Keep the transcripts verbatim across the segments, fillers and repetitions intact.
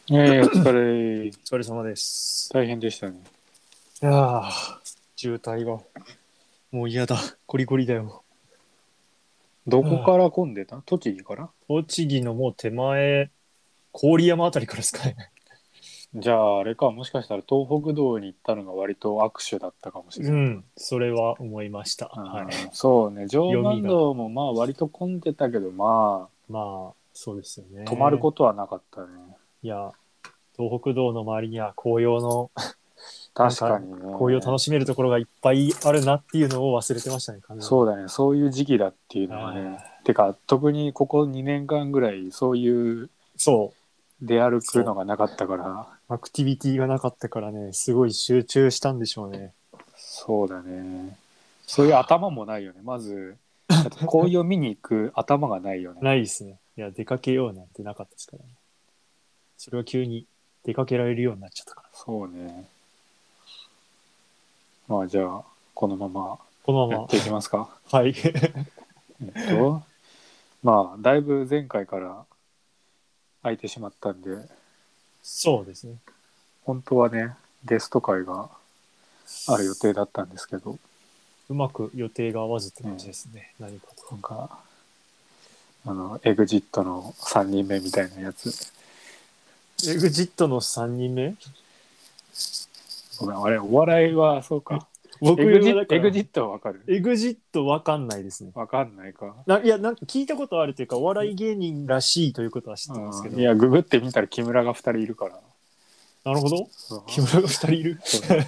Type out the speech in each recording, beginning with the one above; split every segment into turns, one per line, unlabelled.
ええ、お疲れ。
お疲れ様です。
大変でしたね。
いやー、渋滞が。もう嫌だ。コリコリだよ。はあ、
どこから混んでた？栃木から？
栃木のもう手前、郡山あたりからですかね。
じゃあ、あれか、もしかしたら東北道に行ったのが割と握手だったかもしれない。
うん、それは思いました。はい。
あーそうね、常磐
読みが。
道もまあ割と混んでたけど、ま
まあ、そうですよ
あ、止まる
ね。
ことはなかったね。
いや、東北道の周りには紅葉の、なんか、
確かに
紅葉楽
ね。
しめるところがいっぱいあるなっていうのを忘れてましたね、完全に。
そうだね、そういう時期だっていうのはね。
あ
てか、特にここにねんかんぐらい、そういう
そう、
出歩くの
そ
がなかったから、
う。アクティビティがなかったからね、すごい集中したんでしょうね。
そうだね。
いや
そういう頭もないよね。まず、だって紅葉見に行く頭がないよね。
ないですね。いや、出かけようなんてなかったですからね。それは急に出かけられるようになっちゃったから。
そうね。まあじゃあ、このまま
このまま、
やっていきますか。
はい。
えっと、まあ、だいぶ前回から空いてしまったんで、
そうですね。
本当はね、ゲスト会がある予定だったんですけど、
うまく予定が合わずって感じ
ね、
ですね。何かと。
なんか、あの、エグジットのさんにんめみたいなやつ。
エグジットのさんにんめ
ごめん、あれ、お笑いはそう
え
か。エ
僕
グジット、
はだから、
エグジットはわかる？
エグジットわかんないですね。
わかんないか。
な、いや、なんか聞いたことあるというか、お笑い芸人らしいということは知ってますけ
うん、い
ど。
や、ググってみたら木村がふたりいるから。
なるほど。
そう
木村がふたりいる。
そうだね。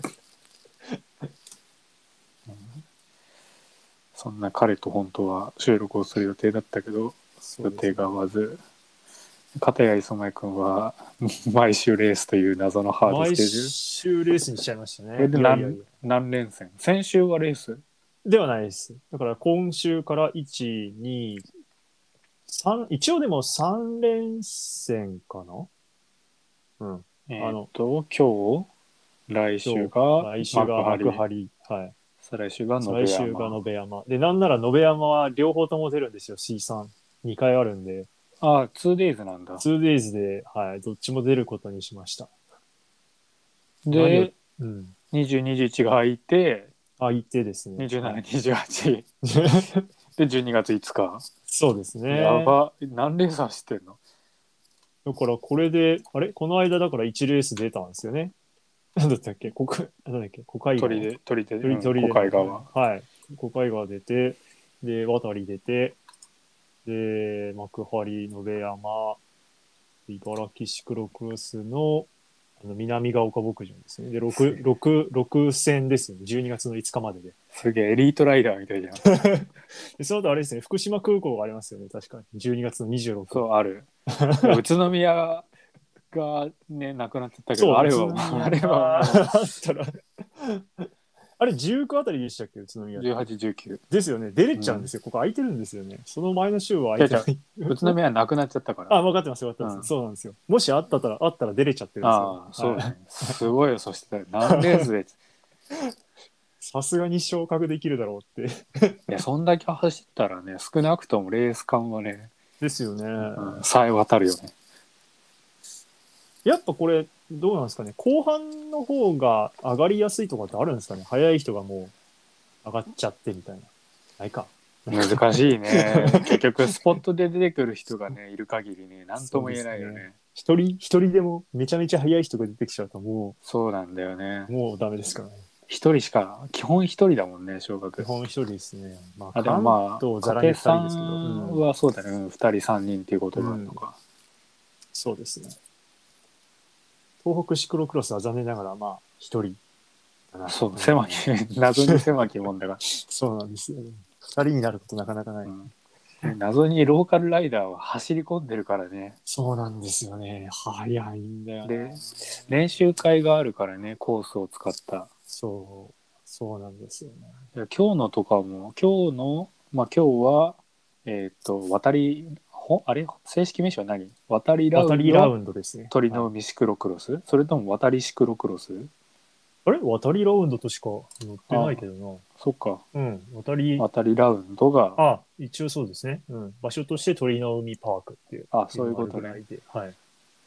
そんな彼と本当は収録をする予定だったけど、
そうですね。
予定が合わず、片や磯前くんは毎週レースという謎のハードス
毎
ケジュール。
週レースにしちゃいました
これ
ね。
で何、
いやいやいや。
何連戦？先週はレース？
ではないです。だから今週からいち、に、さん、一応でもさん連戦かな。うん。あ
えーっ
の、
と、今日、来週
今日、
が
来週が
幕張、
幕張。はい。
再来週が延
来週が
山。
延山。で、なんなら延山は両方とも出るんですよ。シーさん。にかいあるんで。
ああ、ツーデイズなんだ。
ツーデイズで、はい。どっちも出ることにしました。何を、
で、
うん。
にじゅう、にじゅういちが空いて、
相手ですね。
にじゅうなな、
はい。
にじゅうはちでじゅうにがついつか。
そうですね。
やば。何レース走ってんの？
だからこれで、あれこの間だからいちレース出たんですよね。なんだったっけここ、なんだっけ小海川
鳥で、鳥で、
鳥、
うん、小
鳥での、はい。
海川。
はい。小海川出て、で、渡り出て、で、幕張、野辺山、茨城シクロクロスの、あの南ヶ丘牧場ですね。で、6、
すげえ。
六六戦ですよね。じゅうにがつのいつかまでで。
すげえ、エリートライダーみたいじゃん。
で、その後あれですね、福島空港がありますよね。確かに。じゅうにがつのにじゅうろく。
そう、ある。宇都宮がね、なくなっちゃったけど、
そう、宇
あれは、
都宮
あれは
が
も
あったらあれじゅうくあたりでしたっけ宇都宮
う、
って。
じゅうはち、じゅうきゅう。
ですよね。出れ
うん。
ちゃうんですよ。ここ空いてるんですよね。その前の週は空
じゃじゃ
いてない。
宇都宮はなくなっちゃったか
あ、
ら。
分かってます、分かってます。
うん。
そうなんですよ。もしあったら、あったら出れちゃってるんですよ。
ああ、そうだ
は
ね。すごいよ、そして何レースで。い
い。さすがに昇格できるだろうって。
や、そんだけ走ったらね、少なくともレース感はね、
ですよね。
うん、さえ渡るよね。
やっぱこれ、どうなんですかね。後半の方が上がりやすいとかってあるんですかね。早い人がもう上がっちゃってみたいな。ないか。ないか。
難しいね。結局、スポットで出てくる人がね、いる限りね、なんと
そう
も言え
ですね。
ないよね。
一人、一人でもめちゃめちゃ早い人が出てきちゃうとも
そうなんだよね。
う、もうダメですからね。
一人しか、基本一人だもんね、小学。
基本一人ですね。まあ、
あ、でも
関
まあ、
東ざらに二
家庭さ
人ですけど。う
ん
ん。
はそうだね、うん、二人三人っていうこと
うん。
があるのか。
そうですね。東北シクロクロスは残念ながら、まあ、一人だな。
そう、
うん。
狭き、謎に狭きもんだが。
そうなんですよね。二人になることなかなかない。
うん。で謎にローカルライダーは走り込んでるからね。
そうなんですよね。早いんだよな。
で、練習会があるからね、コースを使った。
そう、そうなんですよね。
いや今日のとかも、今日の、まあ今日は、えっと、渡り、ほあれ正式名称は何？渡りラウンド、
渡りラウンドですね。
鳥
はい。
の海シクロクロス、それとも渡りシクロクロス？
あれ渡りラウンドとしか載ってない
あ、
けど
そっか。
な。うん。渡り、
渡りラウンドが、
あ、一応そうですね。うん。場所として鳥の海パークって
あ、そういう
いうのがある
ことね。
ぐらいで。はい。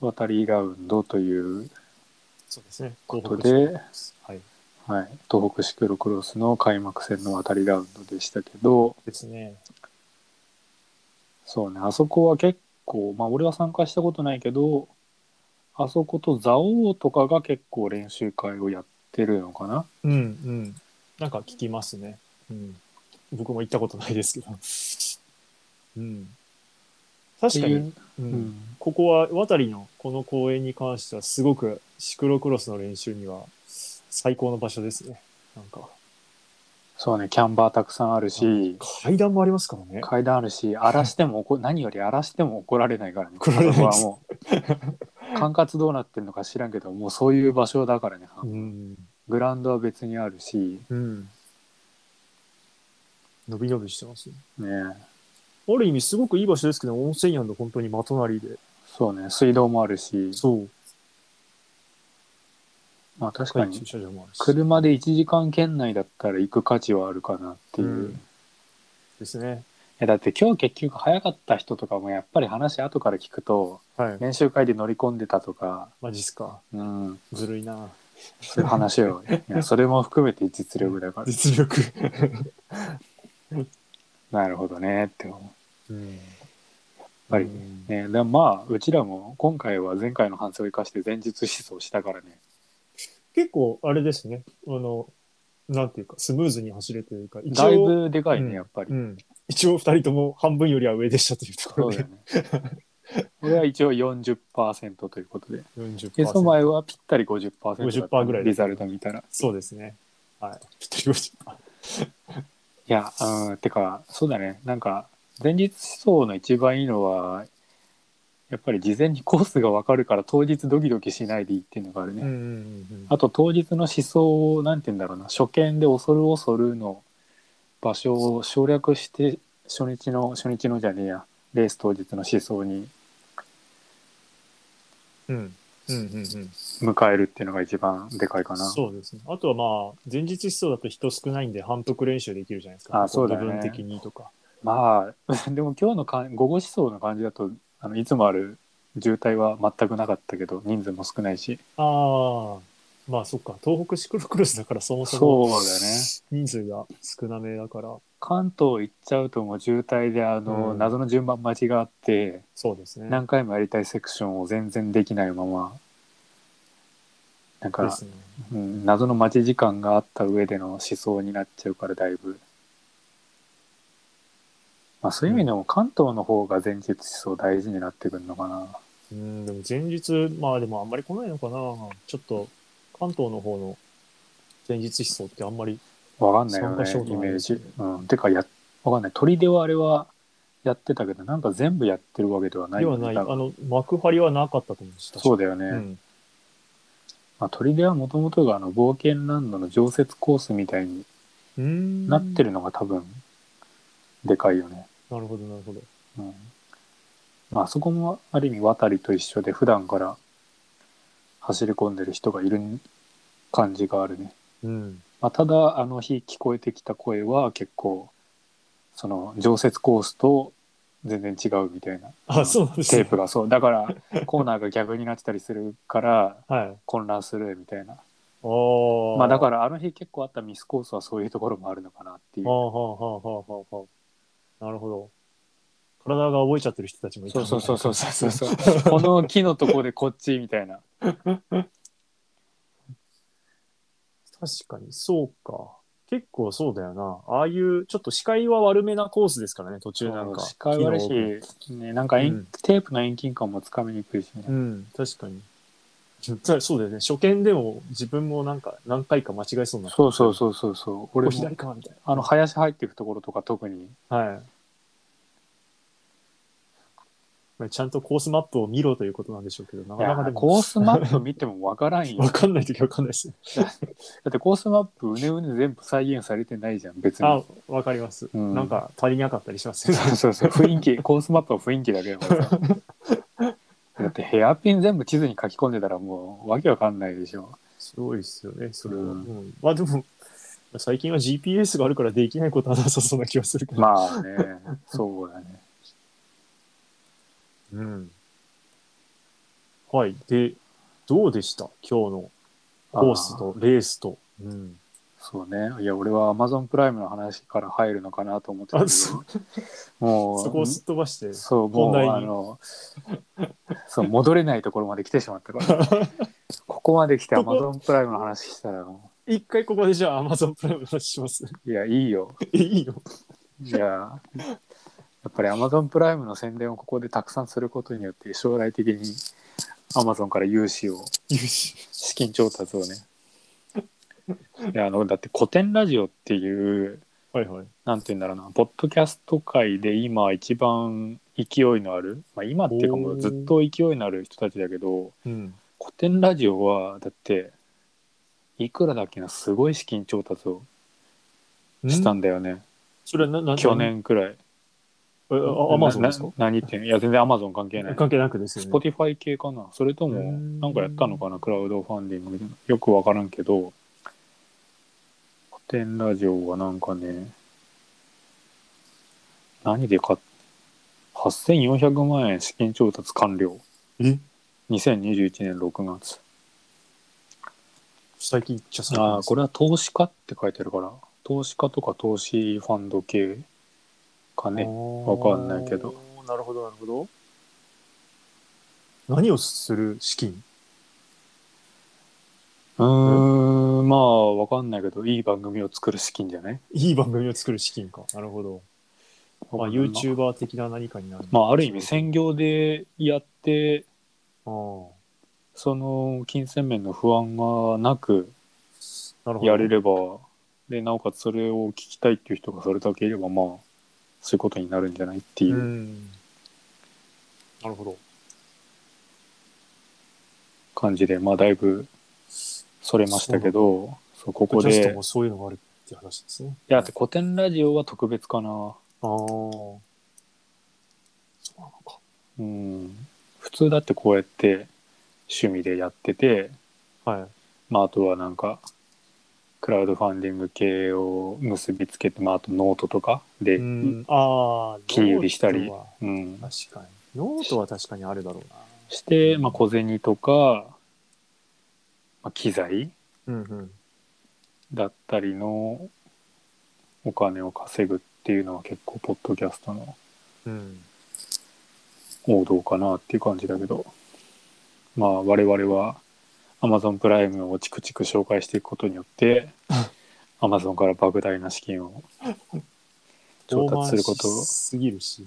渡りラウンドという
そうですね。
こと
東北シクロ
で、
クロス。はい。
はい、東北シクロクロスの開幕戦の渡りラウンドでしたけど、
ですね。
そうね、あそこは結構、まあ俺は参加したことないけど、あそこと蔵王とかが結構練習会をやってるのかな。
うんうん。なんか聞きますね。うん。僕も行ったことないですけど。うん。確かに、
っていう、
うん。
うん、
ここは、渡りのこの公園に関しては、すごくシクロクロスの練習には最高の場所ですね。なんか。
そうね、キャンバーたくさんあるし、
階段もありますからね。
階段あるし、荒らしても怒何より荒らしても怒られないからね。
来ら
あそ
れないです。
こはもう、管轄どうなってるのか知らんけど、もうそういう場所だからね。
うん。
グラウンドは別にあるし、
うん。伸び伸びしてますね。
ね、
ある意味すごくいい場所ですけど、温泉宿本当に真隣で。
そうね、水道もあるし、
そう。
まあ確かに、
高い駐車場もあるし。
車でいちじかん圏内だったら行く価値はあるかなっていう。
うん。ですね。
やだって今日結局早かった人とかもやっぱり話後から聞くと、
はい。
練習会で乗り込んでたとか、
マジっすか。
うん、
ずるいな。
そういう話を、いやそれも含めて実力だから、
実力。
なるほどねって思う。
うん。
やっぱりね、でもまあうちらも今回は前回の反省を生かして前日思想したからね。
結構、あれですね。あの、なんていうか、スムーズに走れというか、一
だい
応、
ぶでかいね、
うん、
やっぱり。
うん。一応二人とも半分よりは上でしたというところで。
そうだよね。俺は一応よんじゅっパーセントということで。ゲスト前
よんじゅっパーセント。
はぴったりごじゅっパーセントだった
ごじゅっパーセントぐら
ね、リザ
いだと思います。
ルト見たら。い
そうですね。はい。ぴったりごじゅっパー。
や、うん、てか、そうだね。なんか、前日思想の一番いいのは、やっぱり事前にコースがわかるから当日ドキドキしないでいいっていうのがあるね。
うんうんうんうん。
あと当日の思想を、なんて言うんだろうな、初見で恐る恐るの場所を省略して、初日の、初日のじゃねえや、レース当日の思想に
うんうんうんうん。
迎えるっていうのが一番でかいかな。
そうですね。あとはまあ、前日思想だと人少ないんで反復練習できるじゃないですか。
あ、そうだよね。
部分的にとか。
まあ、でも今日のかん午後思想の感じだと、あのいつもある渋滞は全くなかったけど、人数も少ないし。
ああ、まあそっか。東北シクロクロスだからそもそも
そうだね。
人数が少なめだから。
関東行っちゃうともう渋滞であの、
うん
謎の順番待ちがあって、
そうですね。
何回もやりたいセクションを全然できないまま、なんか、
ですね。
うん、謎の待ち時間があった上での思想になっちゃうからだいぶ。まあそういう意味でも関東の方が前日思想大事になってくるのかな。
うん、でも前日、まあでもあんまり来ないのかな。ちょっと関東の方の前日思想ってあんまり
わかんないよ
参加したこ
ね、イメー
とないですね。
ジ。うん。てかや、わかんない。砦はあれはやってたけど、なんか全部やってるわけではないよね、
ではない、
多分。
あの、幕張はなかったと思います。
そうだよね。
うん。
まあ、砦はもともとがあの冒険ランドの常設コースみたいに
うーん。
なってるのが多分でかいよね。
なるほど、なるほど。
うん。まあそこもある意味渡りと一緒で普段から走り込んでる人がいる感じがあるね。
うん。
まあ、ただあの日聞こえてきた声は結構その常設コースと全然違うみたいな。
あ、そうなんですね。
テープがそうだからコーナーが逆になってたりするから
はい。
混乱するみたいな。
おー。
まあだからあの日結構あったミスコースはそういうところもあるのかなっていう。
はあはあはあはあはあはあ。なるほど。体が覚えちゃってる人たちもいた
そう
みたいな感
そうそうそう
じですね。
そうそう。この木のとこでこっちみたいな。
確かに、そうか。結構そうだよな。ああいうちょっと視界は悪めなコースですからね、途中なんか。
視界悪いし、ね、なんか遠、
うん、
テープの遠近感もつかみにくいしね。
うん、確かに。そうだよね。初見でも自分もなんか何回か間違えそうになって。
そうそうそうそうそう。俺も
ここ左かみたい
あの林入っていくところとか特に。
な。はい。ちゃんとコースマップを見ろということなんでしょうけど、ないかなかでも。
やコースマップ見てもわからんよ。
わかんないときわかんないですね。
だってコースマップうねうね全部再現されてないじゃん別に。
あ、わかります。
うん、
なんか足りなかったりしますね。
そうそうそう雰囲気コースマップは雰囲気だけだからさ。だってヘアピン全部地図に書き込んでたらもうわけわかんないでしょ。
すごいですよね、それは。
う
うんん、まあでも、最近は ジーピーエス があるからできないことはなさそうな気がするけど。
まあね、そうだね。
うん。 はい。で、どうでした今日のコースとレースと。うん。
そうね。いや、俺は Amazon プライムの話から入るのかなと思ってた
あ、
け
そ、
ど、もう、
そこをすっ飛ばして、
そう、もう、
本題に。
あの、そう、戻れないところまで来てしまったから、ここまで来て
そこ、
Amazon プライムの話したら、も
一回ここでじゃあ Amazon プライムの話します。
ういや、いいよ。
え、いいの？
いや、やっぱり Amazon プライムの宣伝をここでたくさんすることによって、将来的に Amazon から融資を、
よし。
資金調達をね、いや、あの、だって古典ラジオっていう、
はいはい。
なんて言うんだろうな、ポッドキャスト界で今一番勢いのある、まあ、今っていうかもうずっ
おー。
と勢いのある人たちだけど、
うん。
古典ラジオはだっていくらだっけな、すごい資金調達をした
ん
んだよね。
それはな、な、
去
何
年くらい。
え、あ、アマ
な、な、
ゾンですか？
何言ってんの？いや、全然 Amazon 関係ない。
関係なくですよね。
Spotify 系かな、それと
うー
もなんかやったの
ん。
かな、クラウドファンディングみたいな。よくわからんけど、古典ラジオはなんかね、何で買っはっせんよんひゃくまん円資金調達完了。
え
にせんにじゅういちねんろくがつ。
最近っちゃ最近
ああ、
ですね。
これは投資家って書いてあるから、投資家とか投資ファンド系か
あ
ね。わかんないけど。
ー、なるほど、なるほど。何をする資金？
う
ん
ーん、まあ、わかんないけど、いい番組を作る資金じゃない？
いい番組を作る資金か。なるほど。まあ、
わかんない。まあ、
YouTuber 的な何かになる
まあ、ある意味
でしょうけど。
専業でやって、
ああ、
その金銭面の不安がなく
なるほど。
やれれば、で、なおかつそれを聞きたいっていう人がそれだけいれば、まあ、そういうことになるんじゃないって
う
いう
ん。なるほど。
感じで、まあ、だいぶそれました
そうなんだ。
けど、そう、こ
ポッドキャスト
こで、
もそういうのがあるっていう話ですね。
いや、
はい。
古典ラジオは特別かな。
ああ、そうなのか。
うん。普通だってこうやって趣味でやってて、
はい。
まあ、あとはなんか、クラウドファンディング系を結びつけて、まあ、あとノートとかで
うん。ああ、
金売
ノー
りしたり、
トは
うん、
確かに。ノートは確かにあるだろうな。
して、まあ、
うん。
小銭とか、まあ、機材
うんうん。
だったりのお金を稼ぐっていうのは結構、ポッドキャストの
うん。
王道かなっていう感じだけど、まあ、我々は Amazon プライムをチクチク紹介していくことによって、Amazon から莫大な資金を調達
遠回し
することを、
すぎるし。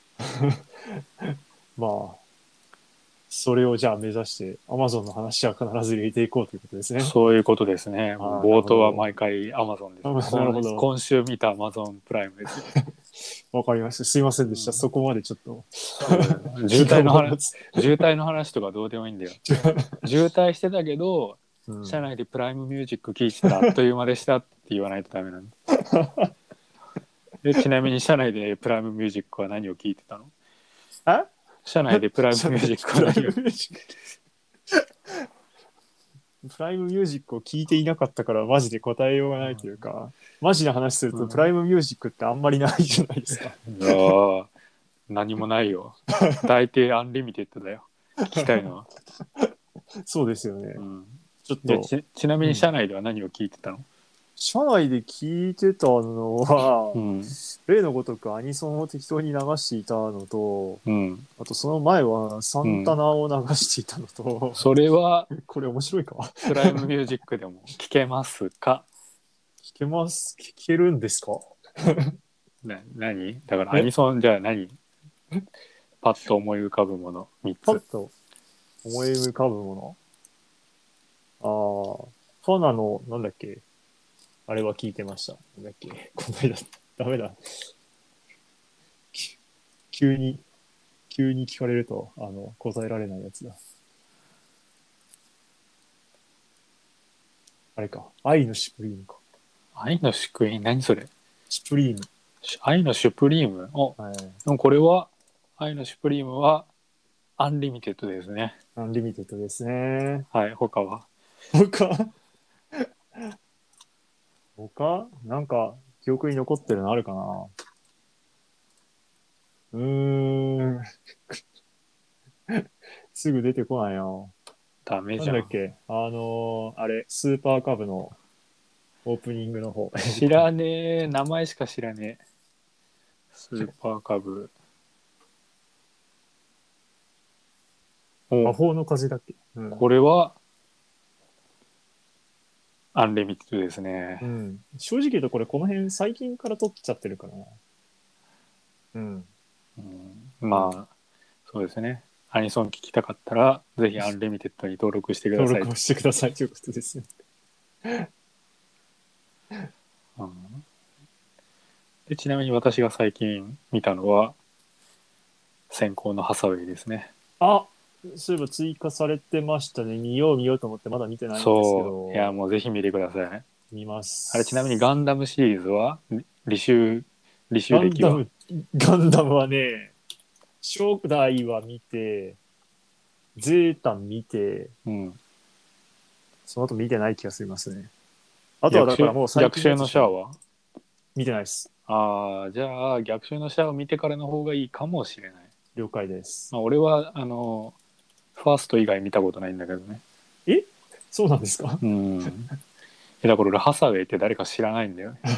まあ、それをじゃあ目指して、Amazon の話は必ず入れていこうということですね。
そういうことですね。もう
ああ、なる
冒頭は
ほど。
毎回 Amazon ですよ。
あなるほ
今
ど。
今週見た Amazon プライムですよ。
わかりました。すいませんでした。
うん、
そこまでちょっと
そう渋
気が
滞の話、
回らず。
渋滞の話とかどうでもいいんだよ。渋滞してたけど、車内でプライムミュージック聴いてたらあっという間でしたって言わないとダメなの。で、ちなみに車内でプライムミュージックは何を聴いてたの？
あ
車内でプライムミュージック
プライ
は何を？
ムミュージック。プライムミュージックを聞いていなかったからマジで答えようがないというか、マジな話するとプライムミュージックってあんまりないじゃないですか。
いやー、何もないよ。大抵アンリミテッドだよ。聞きたいのは。
そうですよね。
うん。
ちょっと、
でち、ちなみ
うん。
に車内では何を聞いてたの？
社内で聞いてたのは、
うん。
例のごとくアニソンを適当に流していたのと、
うん。
あとその前はサ
うん。
ンタナを流していたのと、
それは
これ面白いか？
プライムミュージックでも聞けますか？
聞けます、聞けるんですか？
な、何だからア
え
ニソンじゃあ何？パッと思い浮かぶものみっつ。
パッと思い浮かぶもの。ああ、ファナの、なんだっけ、あれは聞いてました。なんだっけ、この間、ダメだ。き急に、急に聞かれると、あの、答えられないやつだ。あれか。愛のシュプリームか。
愛のシュクイーン、何それ？
シュプリーム。
愛のシュプリーム。お、
はい。
でもこれは、愛のシュプリームはアンリミテッドですね。
アンリミテッドですね。
はい、他は。
他他なんか、記憶に残ってるのあるかな？うーん。 すぐ出てこないな。な
ダメじゃん。
んだっけあのーあれ、スーパーカブのオープニングの方。
知らねえ。名前しか知らねえ。スーパーカブ。お、
魔法の風だっけ、うん、
これはアンリミテッドですね。
うん。正直言うとこれこの辺最近から撮っちゃってるからな。うん。
うん、まあ、そうですね。アニソン聞きたかったら、ぜひアンリミテッドに登録してくださいと。
登録をしてくださいということですね。
うん、でちなみに私が最近見たのは、先行のハサウェイですね。
あ、そういえば追加されてましたね。見よう見ようと思ってまだ見てないんですけ
そう。いや、
ど、
もうぜひ見てください。
見ま
あれ、ちなみに
す。
ガンダムシリーズは、履修、履修歴は？
ガンダム、ガンダムはね、初代は見て、ゼータ見て、
うん。
その後見てない気がしますね。あとは
逆襲、
だからもう最
逆襲
近のやつしか
のシャアは？
見てないです。
ああ、じゃあ、逆襲のシャアを見てからの方がいいかもしれない。
了解です。
まあ、俺は、あの、ファースト以外見たことないんだけどね。
えそうなんですか？
うん。えだから俺、ハサウェイって誰か知らないんだよね。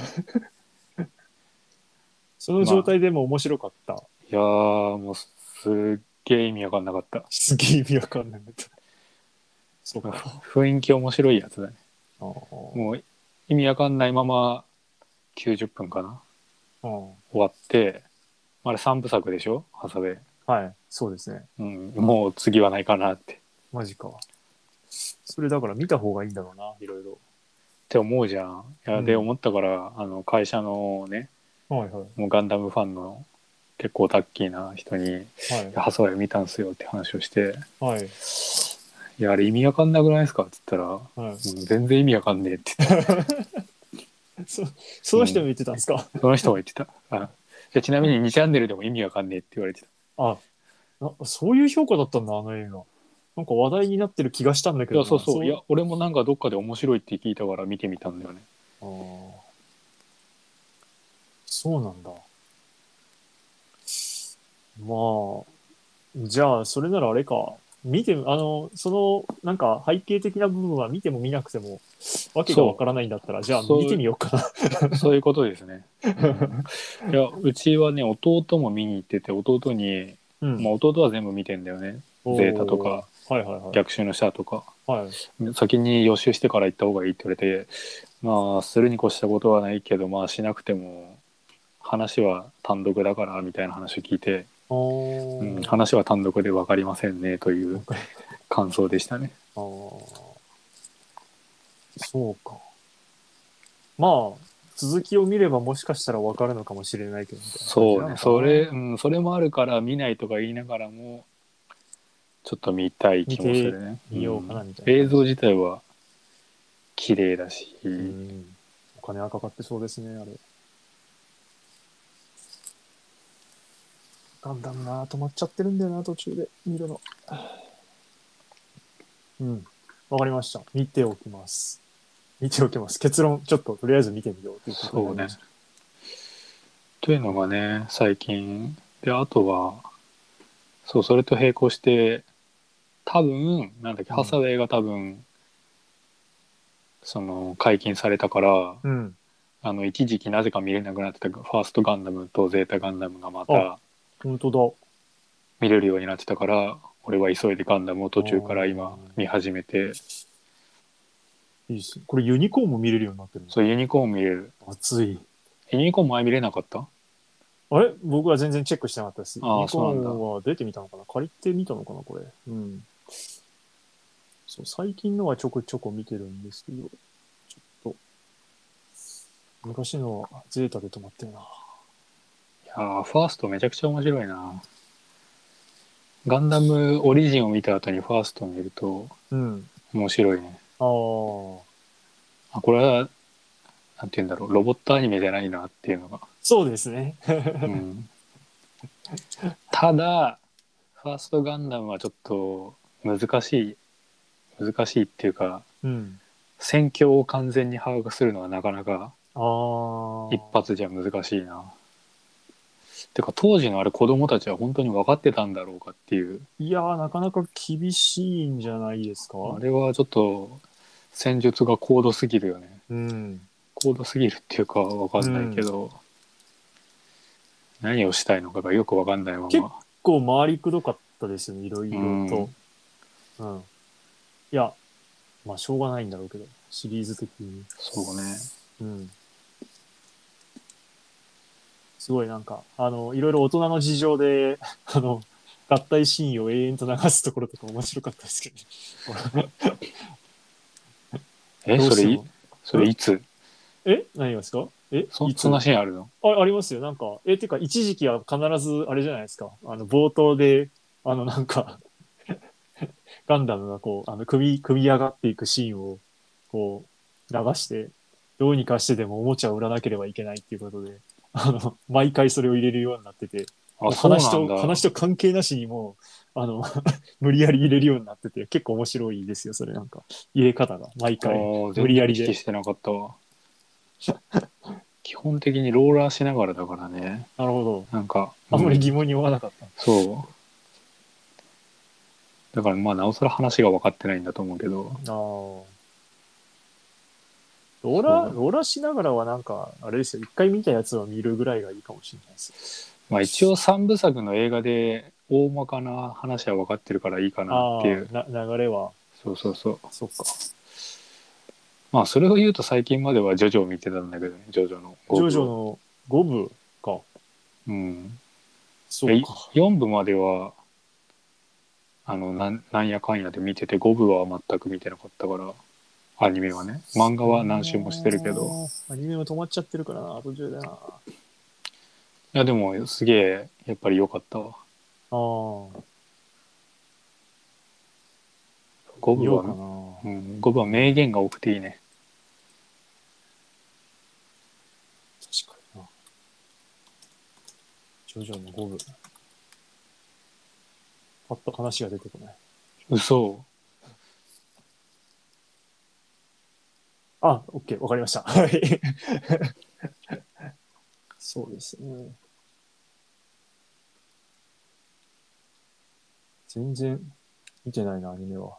その状
まあ、
態でも面白かった。
いやー、もうすっげえ意味わかんなかった。
すげえ意味わかんなかった。そっか。
雰囲気面白いやつだね。
あー
もう意味わかんないままきゅうじゅっぷんかな
あー、
終わって、あれさんぶさくでしょハサウェイ。
はい、そうですね。
うん、もう次はないかなってっ
マジか。それだから見た方がいいんだろうな、いろいろ。
て思うじゃん。いやで
うん。
思ったからあの会社のね、
はいはい。
もうガンダムファンの結構タッキーな人に「い
はい。
やハサウェイ見たんすよ」って話をして
はい。
「いやあれ意味わかんなくないですか?」って言ったら
はい。
「うん、全然意味わかんねえ」って言って、
そ、そ
うん、
の人も言ってたんですか？
その人も言ってた。あでちなみににチャンネルでも意味わかんねえって言われてた。
あ、な、そういう評価だったんだ、あの映画。なんか話題になってる気がしたんだけ
いやそう
どな。そう、
そう、いや俺もなんかどっかで面白いって聞いたから見てみたんだよね。
ああ、そうなんだ。まあ、じゃあ、それならあれか。見て、あの、その、なんか背景的な部分は見ても見なくても、わけがわ
そ
からないんだったら、
う
じゃあ見て
そう
みようか
そういうことですね。うん、
な。
いやうちはね弟も見に行ってて、弟に、まあ、
うん。
弟は全部見てんだよね。ゼータとか
おー、はいはいはい。
逆襲のシャアとか。
はい。
先に予習してから行った方がいいって言われて、まあするに越したことはないけど、まあしなくても話は単独だからみたいな話を聞いて、うん、
おー、
話は単独で分かりませんねという
わかる。
感想でしたね。
あー、そうか。まあ、続きを見ればもしかしたらわかるのかもしれないけど、みたいな感じ
そうね、
なのかな。
それ、うん、それもあるから見ないとか言いながらもちょっと見たい気もす
見て
るね。う
みようかな、
ん、
みたいな感じ。
映像自体は綺麗だし、
うん。お金はかかってそうですね、あれ。ガンダムな、止まっちゃってるんだよな、途中で見るの。うん。わかりました。見ておきます。見ておきます。結論、ちょっととりあえず見てみようということに
そうね。
なりました。
というのがね、最近。で、あとは、そう、それと並行して、多分、なんだっけ、ハサウ
うん。
ェイが多分、その、解禁されたから、
うん。
あの、一時期なぜか見れなくなってたファーストガンダムとゼータガンダムがま
あ、
た
本当だ。
見れるようになってたから、俺は急いでガンダムを
あ
途中から今見
ー、
始めて、
いいっす。これユニコーンも見れるようになってる
そう、ユニコーン見れる。
の。熱い。
ユニコーン前見れなかった？
あれ僕は全然チェックしてなかったです。ユ
ああ、
ニコー
そうなんだ。
ンは出てみたのかな、借りてみたのかなこれ。うん。そう、最近のはちょこちょこ見てるんですけど、ちょっと、昔のはゼータで止まってるな。
いやー、ファーストめちゃくちゃ面白いな。ガンダムオリジンを見た後にファーストを見ると
うん。
面白いね。
ああ、
あ、これは、なんて言うんだろう、ロボットアニメじゃないなっていうのが。
そうですね。
うん。ただ、ファーストガンダムはちょっと難しい、難しいっていうか、
うん。
戦況を完全に把握するのはなかなか
ああ、
一発じゃ難しいなってか当時のあれ子供たちは本当に分かってたんだろうかっていう。
いやー、なかなか厳しいんじゃないですか。
あれはちょっと戦術が高度すぎるよね。
うん。
高度すぎるっていうか分かんないけど、何をしたいのかがよく分かんないま
結
ま。
構回りくどかったですよね、いろいろと。うん。いや、まあ、しょうがないんだろうけど、シリーズ的に。
そうね。
うん。すごいなんか、あの、いろいろ大人の事情で、あの、合体シーンを永遠と流すところとか面白かったですけどね。
え、それい、
どうしても。
それいつ
え何がですか？え
そ、
いつ？
そんなシーンあるの？
あ、ありますよ。なんか、え、てか、一時期は必ず、あれじゃないですか。あの、冒頭で、あの、なんか、ガンダムがこう、あの、組み、組み上がっていくシーンを、こう、流して、どうにかしてでもおもちゃを売らなければいけないっていうことで、あの、毎回それを入れるようになってて、
あ、
もう
そう
話と、
なんだ。
話と関係なしにもう、あの、無理やり入れるようになってて、結構面白いですよ、それなんか。入れ方が、毎
あ
回、
あ、
無
全然意
理やりで。
識してなかったわ。基本的にローラーしながらだからね。
なるほど。
なんか、
あんまり疑
うん、
問に思わなかった。
そう。だからまあなおさら話が分かってないんだと思うけど、
ああ。ローラー、
そう。
ローラーしながらはなんか、あれですよ、一回見たやつを見るぐらいがいいかもしれないです。
まあ一応三部作の映画で大まかな話は分かってるからいいかなってい
あ
う。
あ、な、流れは、
そうそうそう。
そっか。
まあそれを言うと最近まではジョジョを見てたんだけどね、ジョジョの
ジョジ
ごぶを。
ョのごぶか。
うん。え、
そうか。
よんぶまでは、あの、なん、なんやかんやで見てて、ごぶは全く見てなかったから、アニメはね。漫画は何周もしてるけど。
あーアニメも止まっちゃってるからな、途中でな。
いやでもすげえ、やっぱり良かったわ。
ああ、
ごぶは、
見ようかな。
うん、ごぶは名言が多くていいね。
確かにな。ジョジョのごぶ。パッと話が出てこない。
嘘。
あ、オッケー、わかりました。はい。そうですね。全然見てないな、アニメは。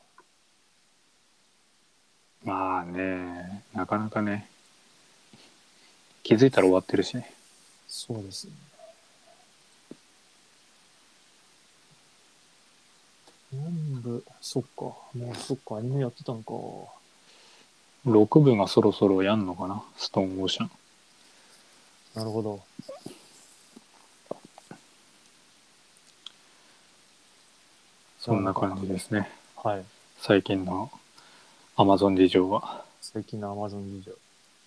まあね、なかなかね、気づいたら終わってるしね。
そうですね。全部、そっか。もうそっか、アニメやってたのか。
ろくぶがそろそろやんのかな、ストーンオーシャン。
なるほど。
そんな感じですね。
はい。
最近のアマゾン事情は。
最近の Amazon 事情。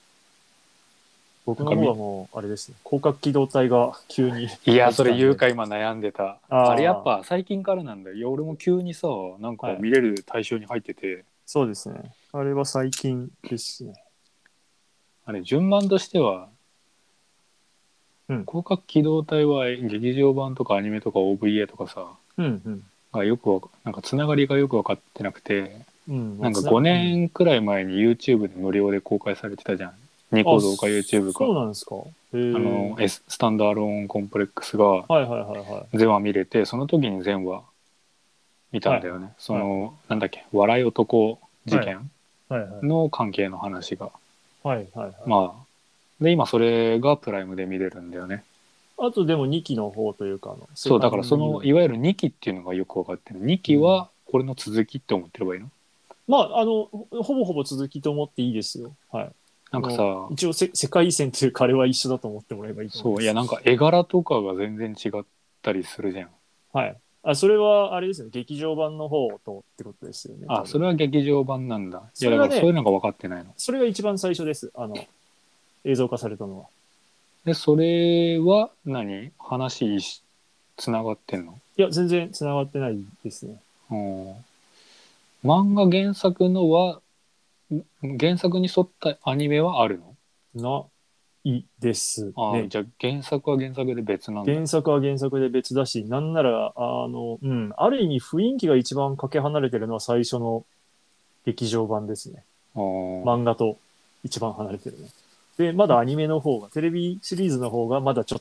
僕の
なんかみ、
方はもう、あれですね。広角機動隊が急に
いや、それ
入ってたんで。
言うか今悩んでた。あれやっ
あ
ぱ最近からなんだよ。いや、俺も急にさ、なんか
あ、はい。
見れる対象に入ってて、
そうですね。あれは最近ですね。
あれ順番としては、
うん。
広角機動隊は劇場版とかアニメとか オーブイエー とかさ、
うん、うん。
がよくわかなんかつながりがよく分かってなくて、
うん、まあ、
なんか
つな、う
5
ん。
年くらい前に YouTube で無料で公開されてたじゃん。ニ
あ、
コ動か YouTube か。
そうなんですか。へえ。
あの、S- スタンドアローンコンプレックスが
はいはいはいはい。
全話見れて、その時に全話見た
はい
んだよね。そ
はい
の、なんだっけ、笑い男事
はい
件
はいはい
の関係の話が。
はいはいはい。
まあ、で、今それがプライムで見れるんだよね。
あとでもにきの方というか、あの、セ
そう、
カ
だからその、
ンドユニ
いわゆるにきっていうのがよく分かってる。にき
うん。
はこれの続きって思ってればいいの？
まあ、あの、ほほぼほぼ続きと思っていいですよ。はい。あ
なんか
の、
さ、
一応せ世界線というかあれは一緒だと思ってもらえばいいと思い
そう、いや、
ます。
なんか絵柄とかが全然違ったりするじゃん。
はい。あ、それはあれですね。劇場版の方とってことですよね。
あ、
多分。
それは劇場版なんだ。いや、だか
それはね、
らそういうのが分かってないの。
それが一番最初です。あの、映像化されたのは。
で、それは何話し、つながってんの？
いや、全然繋がってないですね。
うん。漫画原作のは、ん原作に沿ったアニメはあるの？
ないです
あ、
ね。
じゃあ原作は原作で別なんだ。
原作は原作で別だし、なんなら、あの、うん、ある意味雰囲気が一番かけ離れてるのは最初の劇場版ですね。
あー、
漫画と一番離れてるね。で、まだアニメの方が、テレビシリーズの方がまだちょっと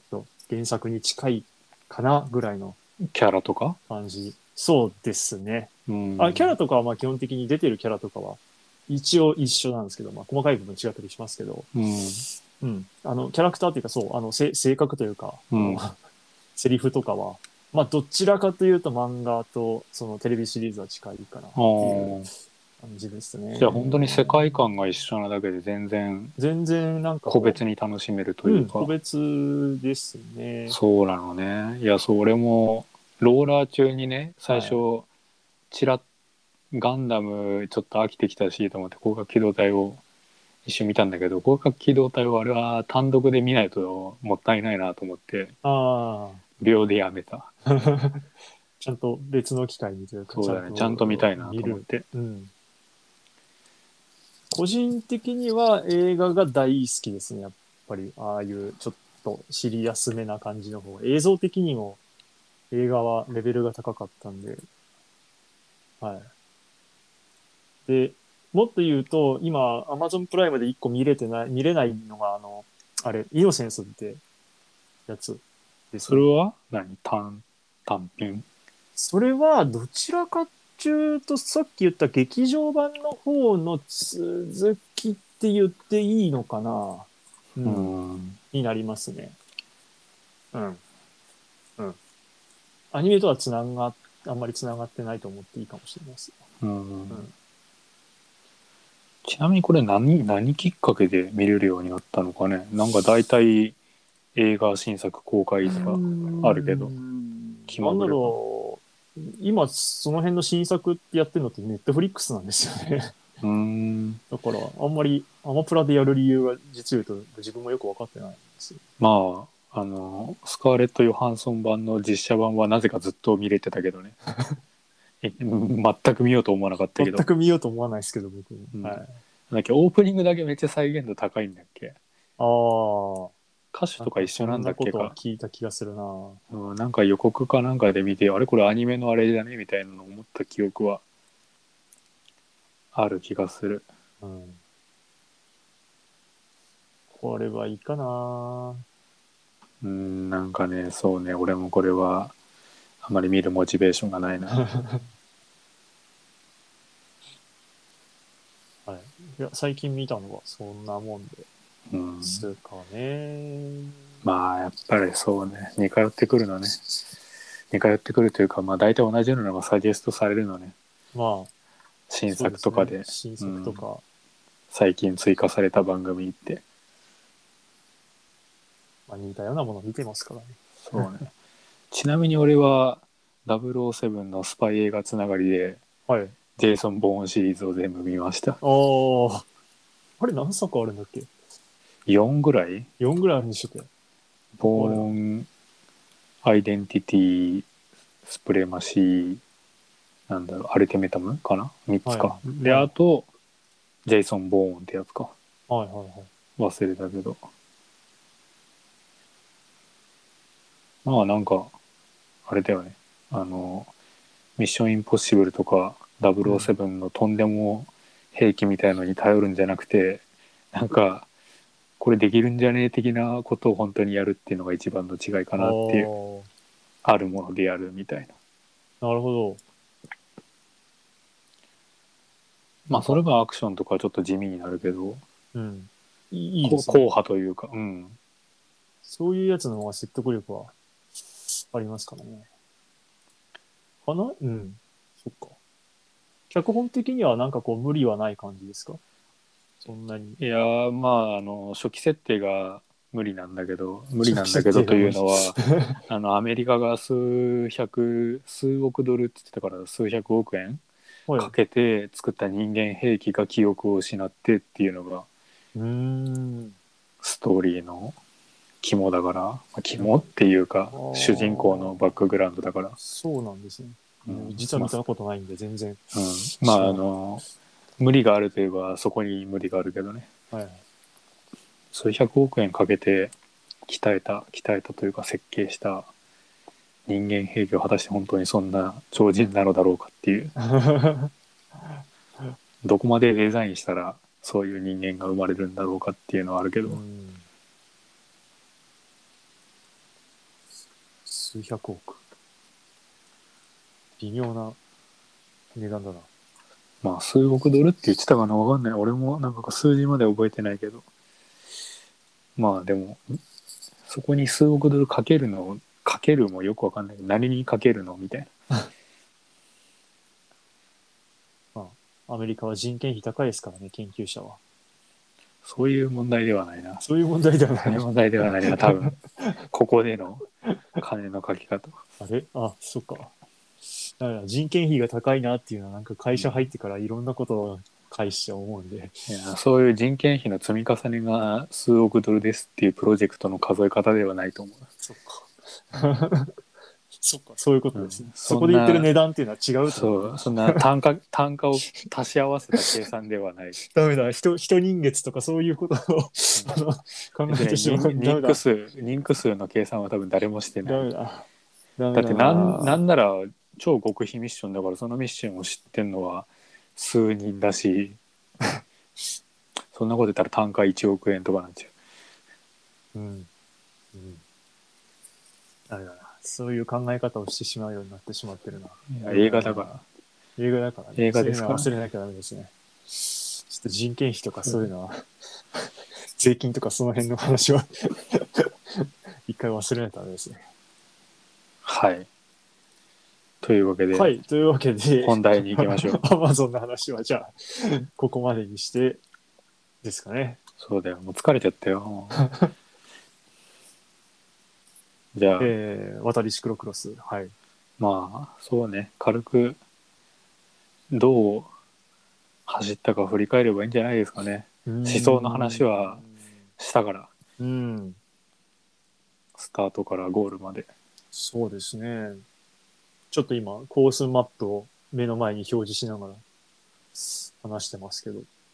原作に近いかなぐらいの
キャラとか。
感じ。そうですね。
うん。
あ、キャラとかはまあ基本的に出てるキャラとかは一応一緒なんですけど、まあ細かい部分違ったりしますけど、
うん。
うん。あの、キャラクターっていうかそう、あの、せ性格というか、
うん。
あのセリフとかは、まあどちらかというと漫画とそのテレビシリーズは近いかなっていう感じですね。
じゃあ本当に世界観が一緒なだけで全然
全然なんかこう
個別に楽しめると
うん、
いうか。
個別ですね。
そうなのね。いや、それもローラー中にね、最
はい。
初チラッガンダムちょっと飽きてきたしと思って広角機動隊を一瞬見たんだけど、広角機動隊はあれは単独で見ないともったいないなと思って
あ
秒でやめた。
あ。ちゃんと別の機会にというか、
そうだね。
ちゃんと
ちゃんと見たいな
見る。
と思って。
うん。個人的には映画が大好きですね。やっぱり、ああいうちょっとシリアスめな感じの方が。映像的にも映画はレベルが高かったんで。はい。で、もっと言うと、今、Amazon プライムで一個見れてない、見れないのが、あの、あれ、イノセンスってやつですね。
それは何単、単品。
それはどちらかっていうと、さっき言った劇場版の方の続きって言っていいのかな、う
う
ん、
ん。
になりますね。うん。うん。アニメとはつなが、あんまりつながってないと思っていいかもしれないです。
う
うん。
ん。ちなみにこれ何、何きっかけで見れるようになったのかね。なんか大体映画新作公開とかあるけど、気
なんだ
まぐれかな。
ろう。今、その辺の新作ってやってるのってネットフリックスなんですよね。
うーん。
だから、あんまりアマプラでやる理由が実を言うと自分もよく分かってないんですよ。
まあ、あの、スカーレット・ヨハンソン版の実写版はなぜかずっと見れてたけどね。え全く見ようと思わなかった
全
けど。
く見ようと思わないですけど、僕も。
うん。
はい。
だっけ、オープニングだけめっちゃ再現度高いんだっけ。
ああ、
歌手
なん
とか一緒なんだ
かそんな
っけか。
ことは聞いた気がするな。
うん、なんか予告かなんかで見て、あれこれアニメのあれじゃねみたいなの思った記憶はある気がする。
うん。これはいいかな。
うん、なんかね、そうね、俺もこれはあまり見るモチベーションがないな。
はい。いや、最近見たのはそんなもんで
うん。
すかね。
まあ、やっぱりそうね、似通ってくるのね。似通ってくるというか、まあ大体同じようなのがサジェストされるのね。
まあ、
新
そうですね。
作とかで。
新
うん。
作とか。
最近追加された番組って。
まあ、似たようなものを見てますからね。
そうね。ちなみに俺はダブルオーセブンのスパイ映画つながりで、
はい。
ジェイソン・ボーンシリーズを全部見ました。
ああ、あれ何作あるんだっけ？
よんぐらい。
よん ぐらいあるんでしたっけ？
ボ
あれ、
ーン、アイデンティティ、スプレマシー、なんだろう、アルティメタムかな？ みっ つ
はい。
か。で、
はい。
あと、ジェイソン・ボーンってやつか。
はいはいはい。
忘れたけど。まあなんか、あれだよね。あの、ミッション・インポッシブルとか、ダブルオーセブンのとんでも兵器みたいのに頼るんじゃなくて、なんか、これできるんじゃねえ的なことを本当にやるっていうのが一番の違いか
あ
なっていう。
あ、
あるものでやるみたいな。
なるほど。
まあそ
なんか、
れがアクションとかちょっと地味になるけど、
うん。いいいで
こ硬
すね。
派というか、うん。
そういうやつの方が説得力はありますからね。かなうん。そっか。脚本的にはなんかこう無理はない感じですか？そんなに。
いやー、まあ、あの、初期設定が無理なんだけど、無理
初期
なんだけどと
設定が無理。
いうのは、あの、アメリカが数百、数億ドルって言ってたから、数百億円
はい。う
かけて作った人間兵器が記憶を失ってっていうのが、
ーん。
ストーリーの肝だから、まあ、
なんか、
肝っていう
あ
か、主人公のバッ
あ、
クグラウンドだから、
そうなんですね。
うん、
実は見
まあ、
たことないんで全然
うん、まあ、あ
知らなかっ
の、無理があるといえばそこに無理があるけどね。
た。はい。
数百億円かけて鍛えた、鍛えたというか設計した人間兵器を果たして本当にそんな超人なのだろうかっていう、どこまでデザインしたらそういう人間が生まれるんだろうかっていうのはあるけど、
うん。 数百億。微妙な値段だな。
まあ数億ドルって言ってたかな、わかんない。俺もなんか数字まで覚えてないけど。まあでも、そこに数億ドルかけるの、かけるもよくわかんないけど、何にかけるのみたいな。
まあ、アメリカは人件費高いですからね、研究者は。
そういう問題ではないな。
そういう問題ではない。
そういう問題ではないな、多分。ここでの金のかけ方。
あれあ、そっか。だから人件費が高いなっていうのは、なんか会社入ってからいろんなことを返して思うんで。
いや、そういう人件費の積み重ねが数億ドルですっていうプロジェクトの数え方ではないと思う。
そっか。そっか、そういうことですね。
うん
そこで言ってる値段っていうのは違うと
そ
思う。
う、そんな単価、単価を足し合わせた計算ではない。
ダメだ。人、人人月とかそういうことをあの考えてしまう。ダメだ。
人数、人数数の計算は多分誰もしてない。
ダメだ。ダメだ
だってなん、なんなら超極秘ミッションだからそのミッションを知ってんのは数人だし、そんなこと言ったら単価いちおくえんとかなんちゃ
うん。うん。ダメだな。そういう考え方をしてしまうようになってしまってるな。
う。いや映画だから。
映画だからね。
映画ですから
そういうのは忘れなきゃダメですね。ちょっと人件費とかそういうのは、税金とかその辺の話は一回忘れないとダメですね。
はい。というわけで、
はい。というわけで、
本題に行きましょう。
アマゾンの話はじゃあ、ここまでにしてですかね。
そうだよ。もう疲れちゃったよ。じゃあ、
えー、渡りシクロクロス。はい。
まあ、そうね。軽く、どう走ったか振り返ればいいんじゃないですかね。思想の話はしたから、
うん。
スタートからゴールまで。
そうですね。ちょっと今、コースマップを目の前に表示しながら話してますけど。うん。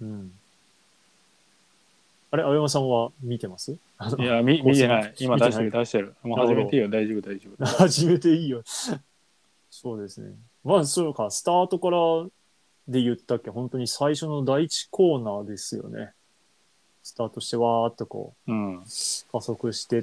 あれ、青山さんは見てます？
いや、み見てない。今出してる、出してる。もう始めていいよ。
な
大丈夫、大丈夫。
始めていいよ。そうですね。まあ、そうか、スタートからで言ったっけ、本当に最初の第一コーナーですよね。スタートしてわーっとこう、
うん。
加速してって、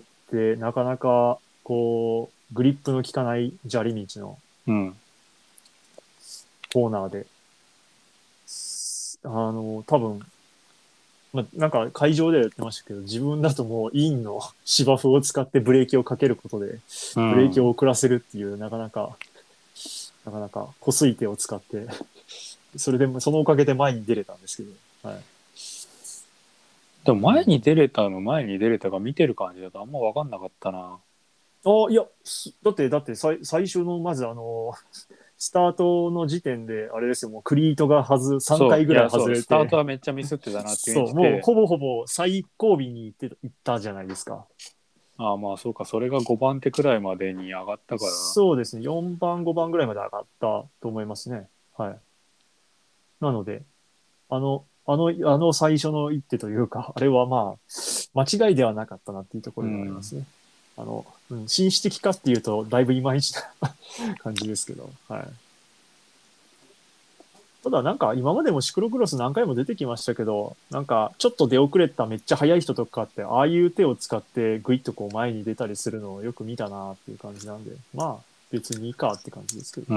なかなか、こう、グリップの効かない砂利道の
うん。
コーナーで、あの、多分、まあ、なんか会場では言ってましたけど、自分だともうインの芝生を使ってブレーキをかけることで、ブレーキを遅らせるっていう、なかなか、なかなか小水手を使って、それでも、そのおかげで前に出れたんですけど、はい。
でも前に出れたの、前に出れたか見てる感じだとあんま分かんなかったな。
あ、いや、だって、だって最、最初の、まずあの、スタートの時点で、あれですよ、もうクリートが外、さんかいぐらい外れて、
スタートはめっちゃミスってたなっていう
そう、もうほぼほぼ最後尾に行って行ったじゃないですか。
ああ、まあそうか、それがごばん手くらいまでに上がったから。
そうですね、よんばん、ごばんぐらいまで上がったと思いますね。はい。なので、あの、あの、あの最初の一手というか、あれはまあ、間違いではなかったなっていうところがありますね。うん、あの、うん、紳士的かっていうと、だいぶいまいちな感じですけど、はい。ただなんか今までもシクロクロス何回も出てきましたけど、なんかちょっと出遅れためっちゃ速い人とかって、ああいう手を使ってグイッとこう前に出たりするのをよく見たなっていう感じなんで、まあ別にいいかって感じですけど。
うん。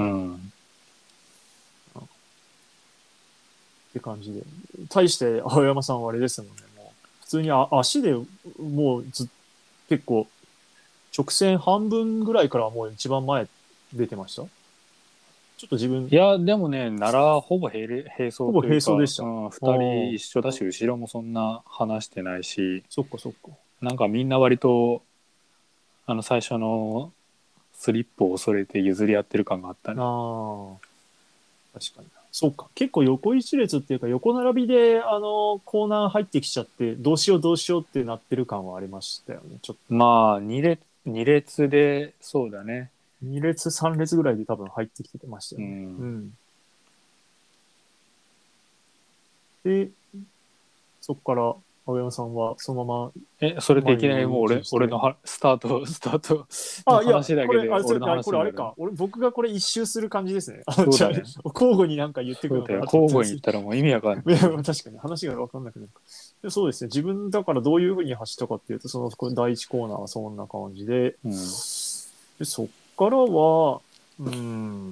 って感じで。対して青山さんはあれですもんね、もう普通にあ足でもうず結構直線半分ぐらいからもう一番前出てました。ちょっと自分。
いや、でもね、奈良ほぼ並並走
ほぼ
というか、
並走でした。
うん、ふたり一緒だし、後ろもそんな離してないし、
そっかそっか。
なんかみんな割と、あの最初のスリップを恐れて譲り合ってる感があったね。
ああ、確かに。そうか。結構横一列っていうか横並びで、あの、コーナー入ってきちゃって、どうしようどうしようってなってる感はありましたよね。ちょっと。
まあ、に列、二列で、そうだね。
に列、さん列ぐらいで多分入ってきてましたよね。
うん。
うん。で、そこから青山さんはそのまま。
え、それでいきなりもう俺、俺のはスタート、スタートの
あ、いや、
話だけで
これ、あれ、それ
俺の話
これあれ
になる。
か。俺、僕がこれ一周する感じですね。あ
そうだね。
交互になんか言ってくるのかなと
交
思ったんです
互に言ったらもう意味わかんない。
いや、確かに話が分かんなくなる。でそうですね。自分だからどういうふうに走ったかっていうと、そのこの第一コーナーはそんな感じで、
うん、
で、そっからは、うん、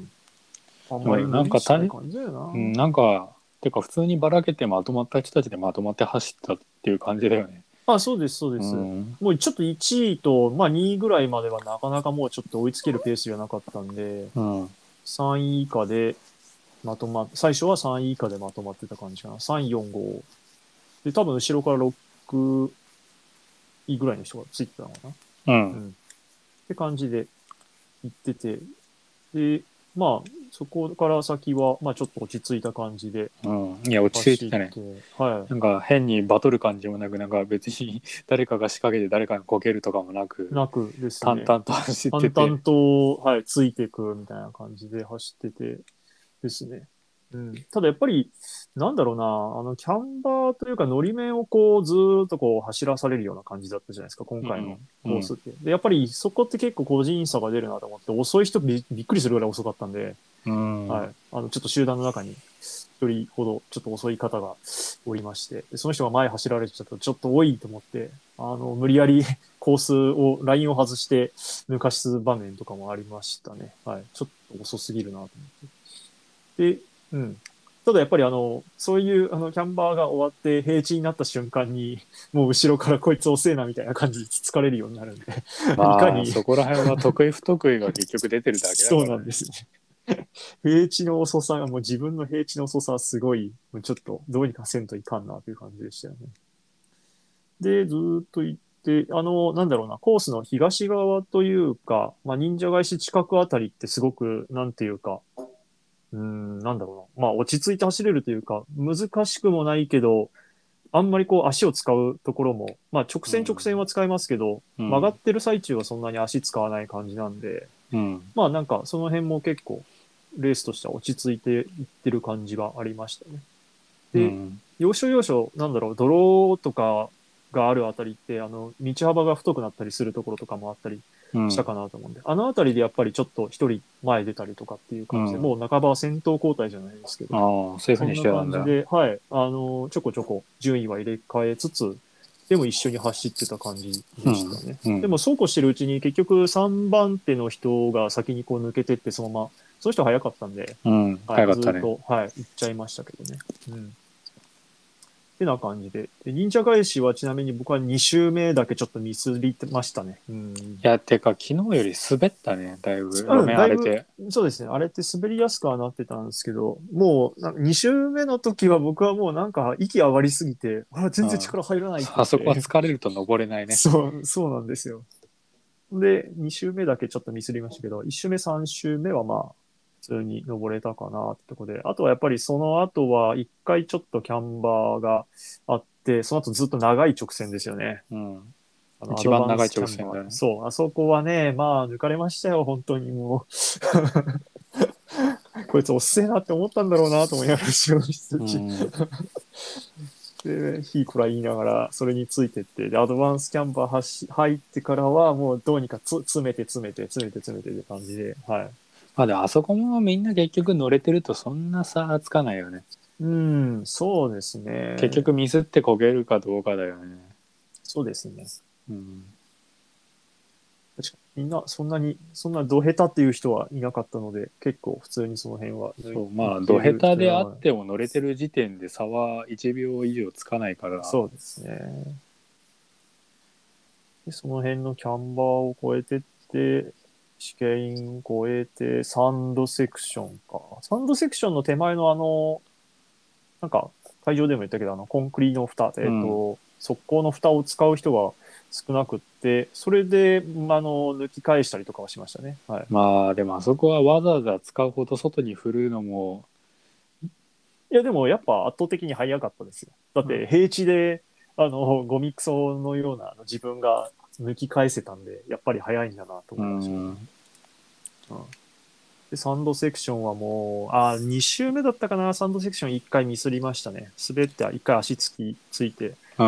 あんまり無理しない感じだよな。
うん、なんかてか普通にばらけてまとまった人たちでまとまって走ったっていう感じだよね。
あ、そうです、そうで
う
す。
ん、
もうちょっといちいと、まあにいぐらいまではなかなかもうちょっと追いつけるペースじゃなかったんで、
うん、
さんい以下でまとまっ、最初はさんい以下でまとまってた感じかな。さん、よん、ご。で、多分後ろからろくいぐらいの人がついてたのかな。
うん、
うん。って感じで行ってて、で、まあ、そこから先は、まあちょっと落ち着いた感じで
うん、いや落ち着いて
走っ
たね。
て、はい。
なんか変にバトる感じもなく、なんか別に誰かが仕掛けて誰かがこけるとかもなく、
なくですね、
淡々と走ってて。
淡々と、はい、ついていくみたいな感じで走っててですね。うん、ただやっぱり、なんだろうな、あの、キャンバーというか、のり面をこう、ずーっとこう、走らされるような感じだったじゃないですか、今回の
うん、うん、
コースって。で、やっぱりそこって結構個人差が出るなと思って、遅い人びびっくりするぐらい遅かったんで、
うん、
はい。あの、ちょっと集団の中に、一人ほど、ちょっと遅い方がおりまして、でその人が前走られちゃったと、ちょっと多いと思って、あの、無理やりコースを、ラインを外して抜かす場面とかもありましたね。はい。ちょっと遅すぎるなと思って。で、うん。ただやっぱりあの、そういうあのキャンバーが終わって平地になった瞬間に、もう後ろからこいつ遅えなみたいな感じでつつかれるようになるんで、いかに、
まあそこら辺は得意不得意が結局出てるだけだ
そう
からね。
なんですね。平地の遅さが、もう自分の平地の遅さはすごい、もうちょっとどうにかせんといかんなという感じでしたよね。で、ずーっと行って、あの、なんだろうな、コースの東側というか、まあ、忍者返し近くあたりってすごく、なんていうか、うーん、なんだろうな、まあ、落ち着いて走れるというか、難しくもないけど、あんまりこう足を使うところも、まあ、直線直線は使いますけど、
うん、
曲がってる最中はそんなに足使わない感じなんで、
うん、
まあなんかその辺も結構レースとしては落ち着いていってる感じはありましたね。で、
うん、
要所要所、なんだろう、泥とかがあるあたりって、あの、道幅が太くなったりするところとかもあったり
うん、
したかなと思うんで、あのあたりでやっぱりちょっと一人前出たりとかっていう感じで、
うん。
もう半ば先頭交代じゃないですけど、
ああ、そういうふうにし
そんな
てたんだ。
感じで、はい、あの、ちょこちょこ順位は入れ替えつつ、でも一緒に走ってた感じ
うん、
でしたね。
うん、
でもそうこうしてるうちに結局さんばん手の人が先にこう抜けてってそのまま、その人早かったんで、
うん、
はい、
早かったね。
ずっと、はい、行っちゃいましたけどね。うん。ってな感じで。で忍者返しはちなみに僕はに周目だけちょっとミスりましたね。うん。
いや、てか、昨日より滑ったね、だいぶ。路
うん、
面
だいぶ、
荒れて。
そうですね。あれって滑りやすくはなってたんですけど、もう、なんかに周目の時は僕はもうなんか息上がりすぎて、あ、全然
うん。
力入らないって言
あそこは
って。
疲れると登れないね。
そう、そうなんですよ。で、に周目だけちょっとミスりましたけど、いち周目、さん周目はまあ、普通に登れたかなってとこで、あとはやっぱりその後はいっかいちょっとキャンバーがあって、その後ずっと長い直線ですよね。
うん。
あの、ア
一
ドバン
番長い直
スキャンバー。
線だね。
そう、あそこはね、まあ、抜かれましたよ、本当にもう。こいつおっせえなって思ったんだろうなと思いながら後ろの人たち。
うん。
で、ヒーコラ言いながら、それについてって、で、アドバンスキャンバー走入ってからは、もうどうにかつ詰めて詰めて、詰めて詰めてって感じで、はい。
まあでもあそこもみんな結局乗れてるとそんな差つかないよね。
うん、そうですね。
結局ミスって焦げるかどうかだよね。
そうですね。
うん。
確かにみんなそんなに、そんなド下手っていう人はいなかったので、結構普通にその辺は抜い
そう、まあ、
いけ
ド下手であ
る人は、
っても乗れてる時点で差はいちびょう以上つかないから。
そうですね。で、その辺のキャンバーを越えてって、試験越えて、サンドセクションか。サンドセクションの手前のあの、なんか、会場でも言ったけど、あの、コンクリの蓋、えっ、
うん。
と、側溝の蓋を使う人が少なくって、それで、あの、抜き返したりとかはしましたね。はい。
まあ、でもあそこはわざわざ使うほど外に振るのも、
いや、でもやっぱ圧倒的に早かったですよ。だっ
うん。
て平地で、あの、ゴミクソのようなあの自分が抜き返せたんで、やっぱり早いんだなと
う
思いましたけどね。
ん。
うん、で、サンドセクションはもう、あ、に周目だったかな、サンドセクションいっかいミスりましたね。滑っていっかい足つきついて、
うん。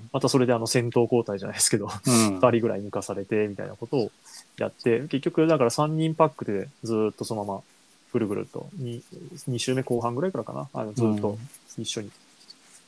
またそれであの先頭交代じゃないですけど、
うん。
ふたりぐらい抜かされて、みたいなことをやって、結局だからさんにんパックでずっとそのまま、ぐるぐると、に、に周目後半ぐらいからかな、あのずっと
うん。
一緒に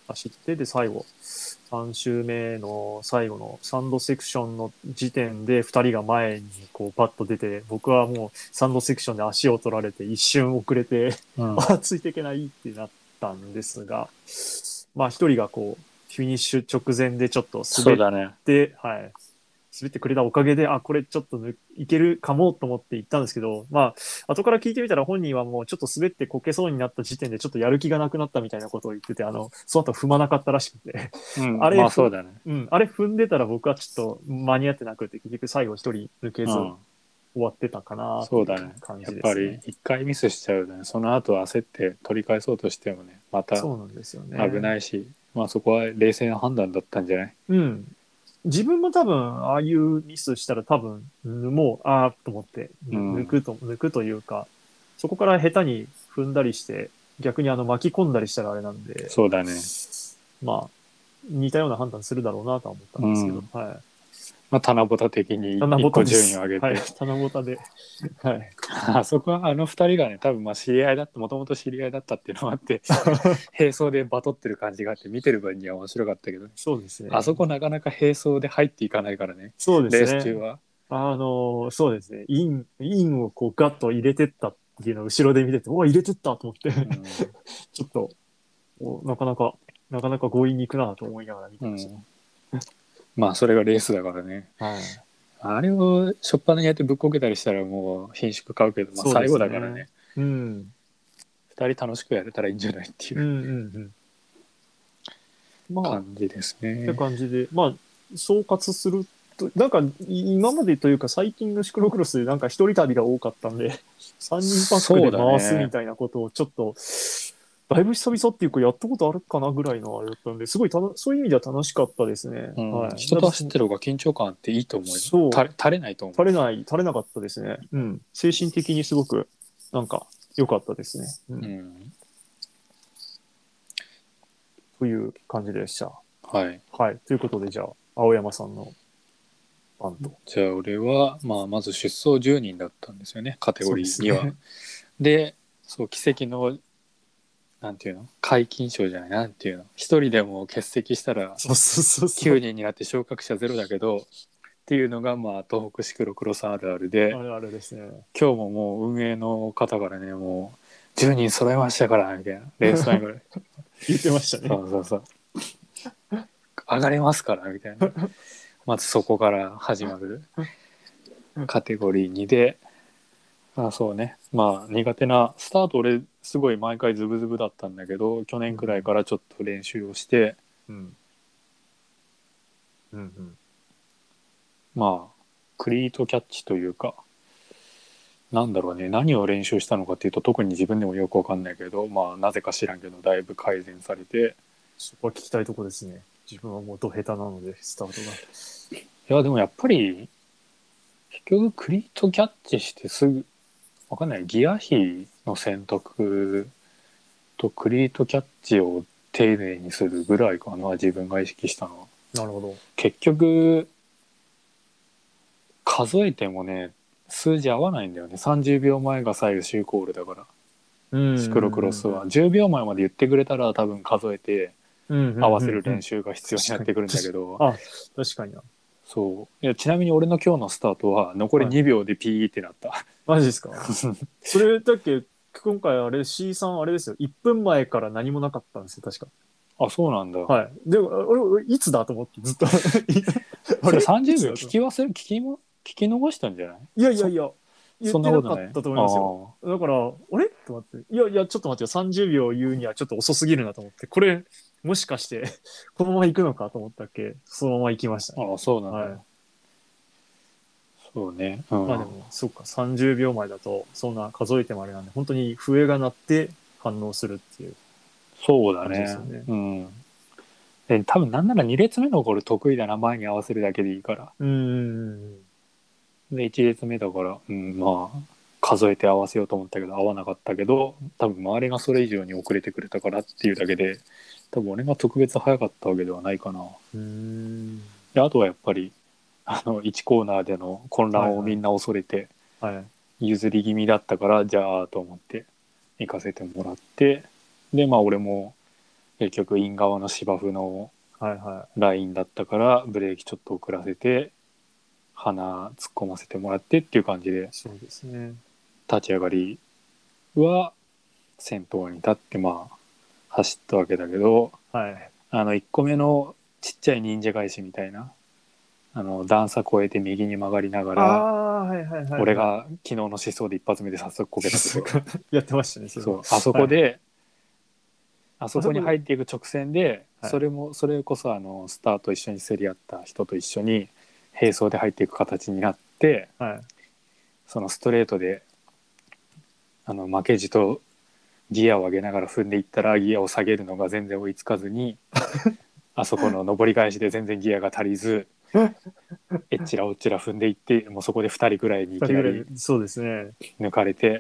走って、で、最後、さん周目の最後のサンドセクションの時点でふたりが前にこうパッと出て、僕はもうサンドセクションで足を取られて一瞬遅れて、
うん、
あ、ついていけないってなったんですが、まあ一人がこう、フィニッシュ直前でちょっと滑っ
そうだね。
て、はい。滑ってくれたおかげで、あ、これちょっとぬいけるかもと思って行ったんですけど、まあ、後から聞いてみたら本人はもうちょっと滑ってこけそうになった時点でちょっとやる気がなくなったみたいなことを言ってて、あの、その後踏まなかったらしくて、
うん、
あれふ、
まあそうだね。
うん、あれ踏んでたら僕はちょっと間に合ってなくて、結局最後一人抜けず
うん。
終わってたかなっていう
そうだね。
感
やっぱ
じですね。
り一回ミスしちゃうとね、その後焦って取り返そうとしてもね、また
そうなんですよ
危
ね。
ないし、まあそこは冷静な判断だったんじゃない？
うん。自分も多分、ああいうミスしたら多分、もう、ああと思って、
うん。
抜くと、抜くというか、そこから下手に踏んだりして、逆にあの巻き込んだりしたらあれなんで、
そうだね。
まあ、似たような判断するだろうなとは思ったんですけど、
うん。
はい。
まあ棚ぼた的に
棚ぼた
一個順位を
です。はい。
上げて、
棚ぼたで。はい。
あそこはあの二人がね、多分まあ知り合いだって、もともと知り合いだったっていうのもあって、並走でバトってる感じがあって、見てる分には面白かったけどね。
そうですね。
あそこなかなか並走で入っていかないからね、レース
そうですね。
中は。
あの、そうですね。イン、インをこうガッと入れてったっていうのを後ろで見てて、お、入れてったと思って、
うん。
ちょっと、おなかなか、なかなか強引に行くなと思いながら見てまし
うん。まあそれがレースだからね。
た。はい。
あれを初っ端にやってぶっこけたりしたらもう品種買うけど、まあ
そうで
最後
すね。
だからね、
うん。
二人楽しくやれたらいいんじゃないっていう
うんうんうん。まあ、っ
感じです
て
ね。
感じで、まあ、総括すると、なんか、い今までというか最近のシクロクロスでなんか一人旅が多かったんで、さんにんパック
そうだ
で回すみ
ね。
たいなことをちょっと、だいぶ久々っていうかやったことあるかなぐらいのあれだったんで、すごいたのそういう意味では楽しかったですね。
うん、
はい。
人と走ってる方が緊張感あっていいと思うよ。
そう、
垂れ垂れないと思う。
垂れない、垂れなかったですね。うん。精神的にすごく、なんか、良かったですね。うん。
うん、
という感じでした。
はい。
はい。ということで、じゃあ、青山さんの番と。
じゃあ俺は、まあ、まず出走じゅうにんだったんですよね、カテゴ
そうで
リーには。
すね。
で、そう奇跡のなんていうの、皆勤賞じゃない、なんていうの、一人でも欠席したら
そうそうそうそ
9
う。
人になって昇格者ゼロだけどっていうのがまあ東北シクロクロスあるあるで、
あれあれですね。
今日ももう運営の方からね、もうじゅうにん揃えましたからみたいな、レース前ぐらい
言ってましたね。
そうそうそう、上がれますからみたいな、まずそこから始まるカテゴリーにで、あ、そうね、まあ苦手なスタート、俺すごい毎回ズブズブだったんだけど、去年くらいからちょっと練習をして、
うん。うんうん。
まあクリートキャッチというか、なんだろうね、何を練習したのかっていうと特に自分でもよくわかんないけど、まあなぜか知らんけどだいぶ改善されて、
そこは聞きたいとこですね。自分はもうド下手なので、スタートが。
いやでもやっぱり結局クリートキャッチしてすぐ、わかんない、ギア比の選択とクリートキャッチを丁寧にするぐらいかな、自分が意識したのは。
なるほど。
結局数えてもね、数字合わないんだよね。さんじゅうびょうまえが最終コールだから、
うん
シクロクロスはじゅうびょうまえまで言ってくれたら多分数えて
うんうん
合わせる
うんうん。
練習が必要にな
確かに。
ってくるんだけ
確
ど、
かあ、確かにな。
そういや、ちなみに俺の今日のスタートは残り
はい。
にびょうでピーってなった。
マジですか？それだっけ、今回あれ C さんあれですよ。いっぷんまえから何もなかったんですよ、確か。
あ、そうなんだ。
はい。で、俺、俺いつだと思ってずっとあ
それ
れい
さんじゅうびょう聞
つだと。
き忘れ聞きも聞き逃したんじゃない？そ
いやいやいや、言っ
そんな
てな
ことない。
かったと思いますよ。
ああ、
だから、あれと思って。いやいや、ちょっと待ってよ。さんじゅうびょう言うにはちょっと遅すぎるなと思って。これ、もしかしてこのまま行くのかと思ったっけ、そのまま行きましたね。
ああ、そうなんだ。
はい。
そうね。うん。
まあでも、そっか、さんじゅうびょうまえだと、そんな数えてもあれなんで、本当に笛が鳴って反応するっていう
そうだ
感じです
ね。
よね。
うん。で、多分なんならに列目のゴール得意だな、前に合わせるだけでいいから。
うーん。
で、いち列目だから、うん、まあ、数えて合わせようと思ったけど、合わなかったけど、多分周りがそれ以上に遅れてくれたからっていうだけで、多分俺が特別早かったわけではないかな。
うーん。
で、あとはやっぱり、あの、いちコーナーでの混
はいはい。
乱をみんな恐れて、
はい。
譲り気味だったから、じゃあと思って行かせてもらって、で、まあ俺も結局イン側の芝生の
はいは
ラインだったからブレーキちょっと遅らせて鼻突っ込ませてもらってっていう感じで
い。そうですね。
立ち上がりは先頭に立ってまあ走ったわけだけど、
はい。
あのいっこめのちっちゃい忍者返しみたいなあの段差越えて右に曲がりなが
あ
ら
あ、はいはいはい、はい。
俺が昨日の思想で一発目で早速こけたところ
やってましたね、それは。
そうあそこで、
はい、
あそこに入っていく直線で
はい、
それもそれこそあのスタート一緒に競り合った人と一緒に並走で入っていく形になって
はい。
そのストレートであの負けじとギアを上げながら踏んでいったらギアを下げるのが全然追いつかずにあそこの上り返しで全然ギアが足りずえっちらおっちら踏んでいってもうそこでふたりぐらいにい
二人ぐらい
きなり
で、そうですね。
抜かれて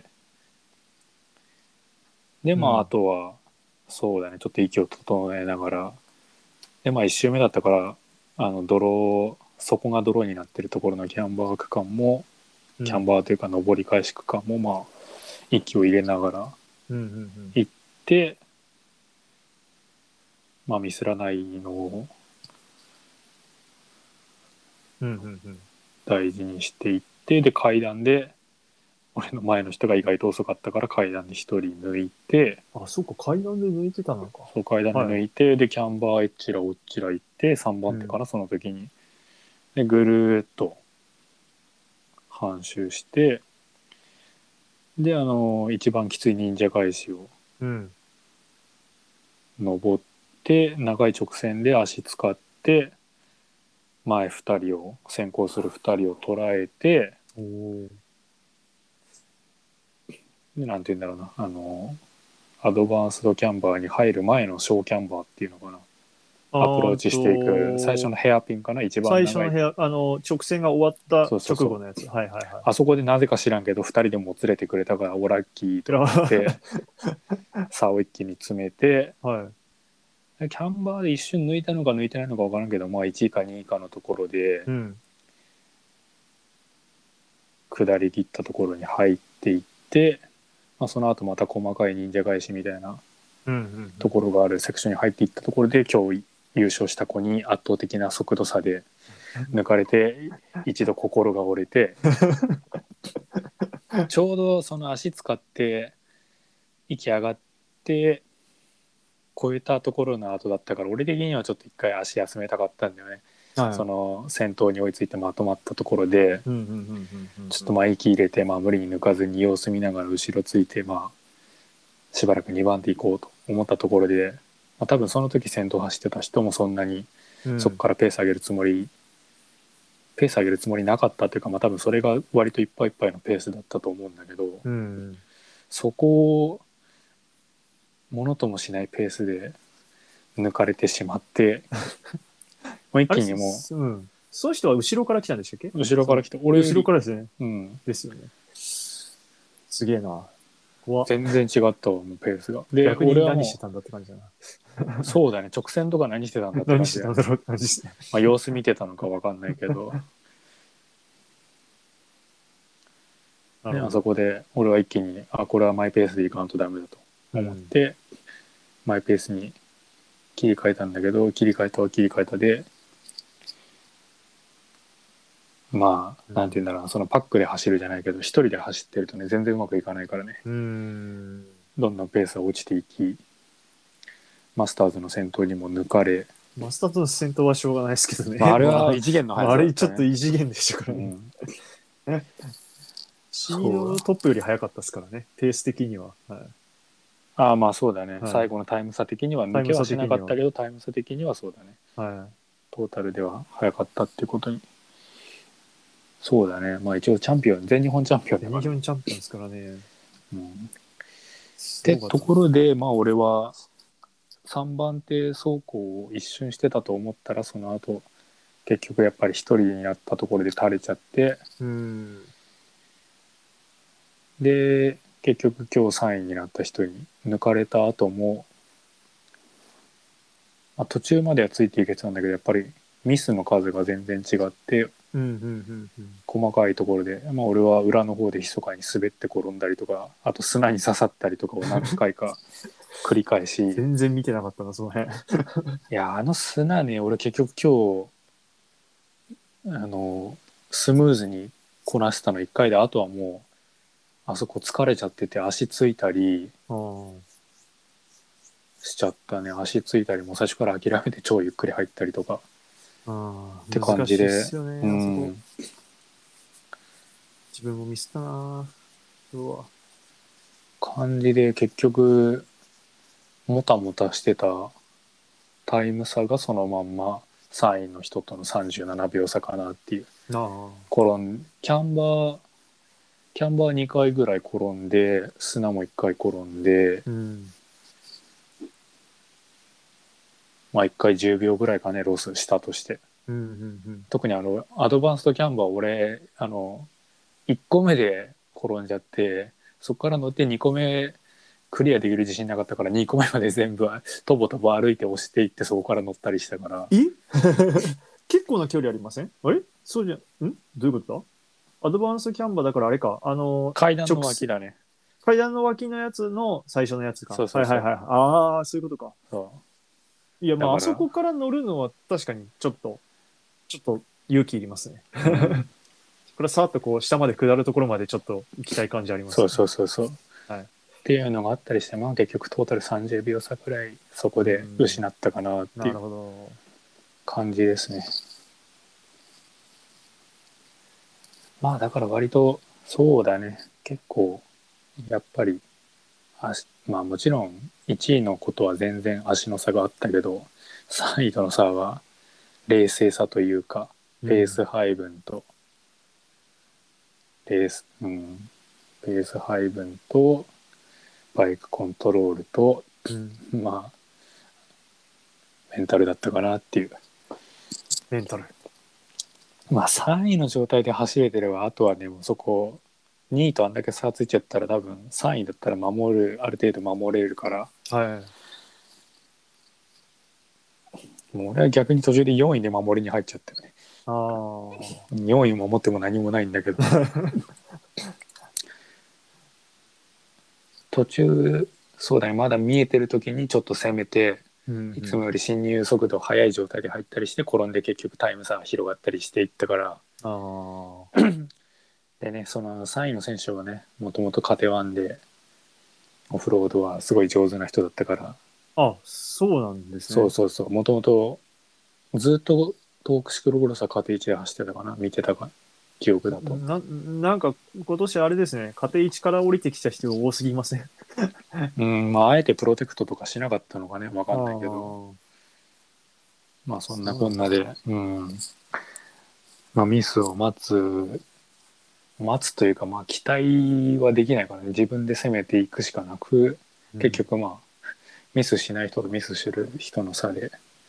でまあ、
うん
あとはそうだねちょっと息を整えながらでまあいっ周目だったからあの泥底が泥になってるところのキャンバー区間もキャンバーというか上り返し区間もまあ息を入れながら
うんうんうん
行ってまあミスらないのを
うんうんうん。
大事にしていってで階段で俺の前の人が意外と遅かったから階段で一人抜いて
あ、そうか、階段で抜いてたのか。
そう階段で抜いて、でキャンバーえっちらおっちら行ってさんばん手かな、その時にでぐるーっと半周してであの一番きつい忍者返しを
うん。
登って長い直線で足使って前ふたりを先行するふたりを捉えて
おお。
でなんて言うんだろうなあのアドバンスドキャンバーに入る前の小キャンバーっていうのかなアプローチしていく最初のヘアピンかな一番長い
最初の部屋、あの、直線が終わった
そうそうそう
直後のやつ。はいはいはい。
あそこでなぜか知らんけどふたりでもつれてくれたからオラッキーと思って差を一気に詰めて
はい。
キャンバーで一瞬抜いたのか抜いてないのか分からんけどまあいちいかにいかのところで
うん。
下り切ったところに入っていって、まあ、その後また細かい忍者返しみたいな
うんうんうん。
ところがあるセクションに入っていったところで今日優勝した子に圧倒的な速度差で抜かれて一度心が折れてちょうどその足使って息上がって超えたところの後だったから俺的にはちょっと一回足休めたかったんだよね。
はい。
その先頭に追いついてまとまったところで
うんうんうんうんうん。
ちょっとまあ息入れて、まあ、無理に抜かずに様子見ながら後ろついて、まあ、しばらくにばん手行こうと思ったところで、まあ、多分その時先頭走ってた人もそんなにそこからペース上げるつもり、ペース上げるつもりなかったというか、まあ、多分それが割といっぱいいっぱいのペースだったと思うんだけど、
うん。
そこをものともしないペースで抜かれてしまってもう一
あれ、
気にも
すうん。その人は後ろから来たんでしたっけ？
う後ろから来て俺より
後ろからですね。
うん、
ですよね。すげえな。怖っ。
全然違ったわもうペースが。で
逆に
俺はも
何してたんだって感じだな。
うそうだね直線とか何してたんだって感
何
じで、
してたんだろうって感じですね。
まあ、様子見てたのか分かんないけどであそこで俺は一気にあこれはマイペースでいかんとダメだと思って、うん、マイペースに切り替えたんだけど切り替えたは切り替えたでまあなんて言うんだろうなそのパックで走るじゃないけど一人で走ってるとね全然うまくいかないからね。
うん
どんどんペースが落ちていきマスターズの先頭にも抜かれ
マスターズの先頭はしょうがないですけどね。
まあ、あれは異次元の速さだった、ね
まあ、あれちょっと異次元でしたからね。うん、シードのトップより速かったですからねペース的には。はい、
ああまあそうだね、
はい、
最後のタイム差的には抜けはしなかったけどタイム差的にはそうだね、
はい、
トータルでは速かったっていうことにそうだねまあ一応チャンピオン全日本チャンピオンだから、
全日本チャンピオンですからね。
うん、ってところでまあ俺はさんばん手走行を一瞬してたと思ったらその後結局やっぱり一人になったところで垂れちゃって
うん
で結局今日さんいになった人に抜かれた後も、まあ、途中まではついていけてたんだけどやっぱりミスの数が全然違って、
うんうんうんうん、
細かいところで、まあ、俺は裏の方で密かに滑って転んだりとかあと砂に刺さったりとかを何回か繰り返し。い
全然見てなかったな、その辺。
や、あの砂ね、俺結局今日、あの、スムーズにこなしたのいっかいで、あとはもう、あそこ疲れちゃってて足ついたり
うん。
しちゃったね。足ついたりも最初から諦めて超ゆっくり入ったりとか
ああ、
って感
難しいっ
じで、
すよね、
う
あそこ。
ん、
自分もミスったな。うわ。
感じで結局、もたもたしてたタイム差がそのまんまさんいの人とのさんじゅうななびょう差かなっていう。
なあ。
転んキャンバーキャンバーにかいぐらい転んで砂もいっかい転んで、
うん。
まあいっかいじゅうびょうぐらいかねロスしたとして、
うん、うん、うん。
特にあのアドバンストキャンバー俺あのいっこめで転んじゃって、そこから乗ってにこめクリアできる自信なかったからにこめまで全部とぼとぼ歩いて押していってそこから乗ったりしたから。
え結構な距離ありません？あれそうじゃ、んどういうことだ？アドバンスキャンバーだからあれか。あの、
階段の
直
脇だね。
階段の脇のやつの最初のやつか。
そうそうそう
はいはいはい。ああ、そういうことか。
そ
いや、まあ、あ
うだから、
そこから乗るのは確かにちょっと、ちょっと勇気いりますね。
うん、
これさっとこう下まで下るところまでちょっと行きたい感じありますね。
そうそうそうそう、
はい。
っていうのがあったりして、まあ結局トータルさんじゅうびょう差くらいそこで
うん
失ったかなって
なる
いう
ほど。
感じですね。まあだから割とそうだね、結構やっぱり足、まあもちろんいちいのことは全然足の差があったけど、さんいとの差は冷静さというか、ペー
うん。
ス配分とレース、うん、ペース配分とバイクコントロールと、
うん。
まあメンタルだったかなっていう。
メンタル。
まあさんいの状態で走れてれば、あとはねもうそこにいとあんだけ差ついちゃったら多分さんいだったら守る、ある程度守れるから、
はい。
もう俺は逆に途中でよんいで守りに入っちゃったよね。
ああ。
よんい守っても何もないんだけど途中そうだね、まだ見えてる時にちょっと攻めて、
うん
いつもより進入速度速い状態で入ったりして転んで結局タイム差が広がったりしていったから。
うん、あ
でね、そのさんいの選手はねもともとカテワンでオフロードはすごい上手な人だったから。
あ。あ、そうなんですね。
そうそうそう、もともとずっとトークシクロクロスはカテいちで走ってたかな、見てたか記憶だと。
な、なんか今年あれですね、家庭一から降りてきた人多すぎません？あ
うんまああえてプロテクトとかしなかったのかね、わかんないけど、
あ。
まあそんな
そうなんだ。
こんなで、うんまあミスを待つ待つというか、まあ期待はできないからね、自分で攻めていくしかなく、
うん。
結局まあミスしない人とミスする人の差で
うん。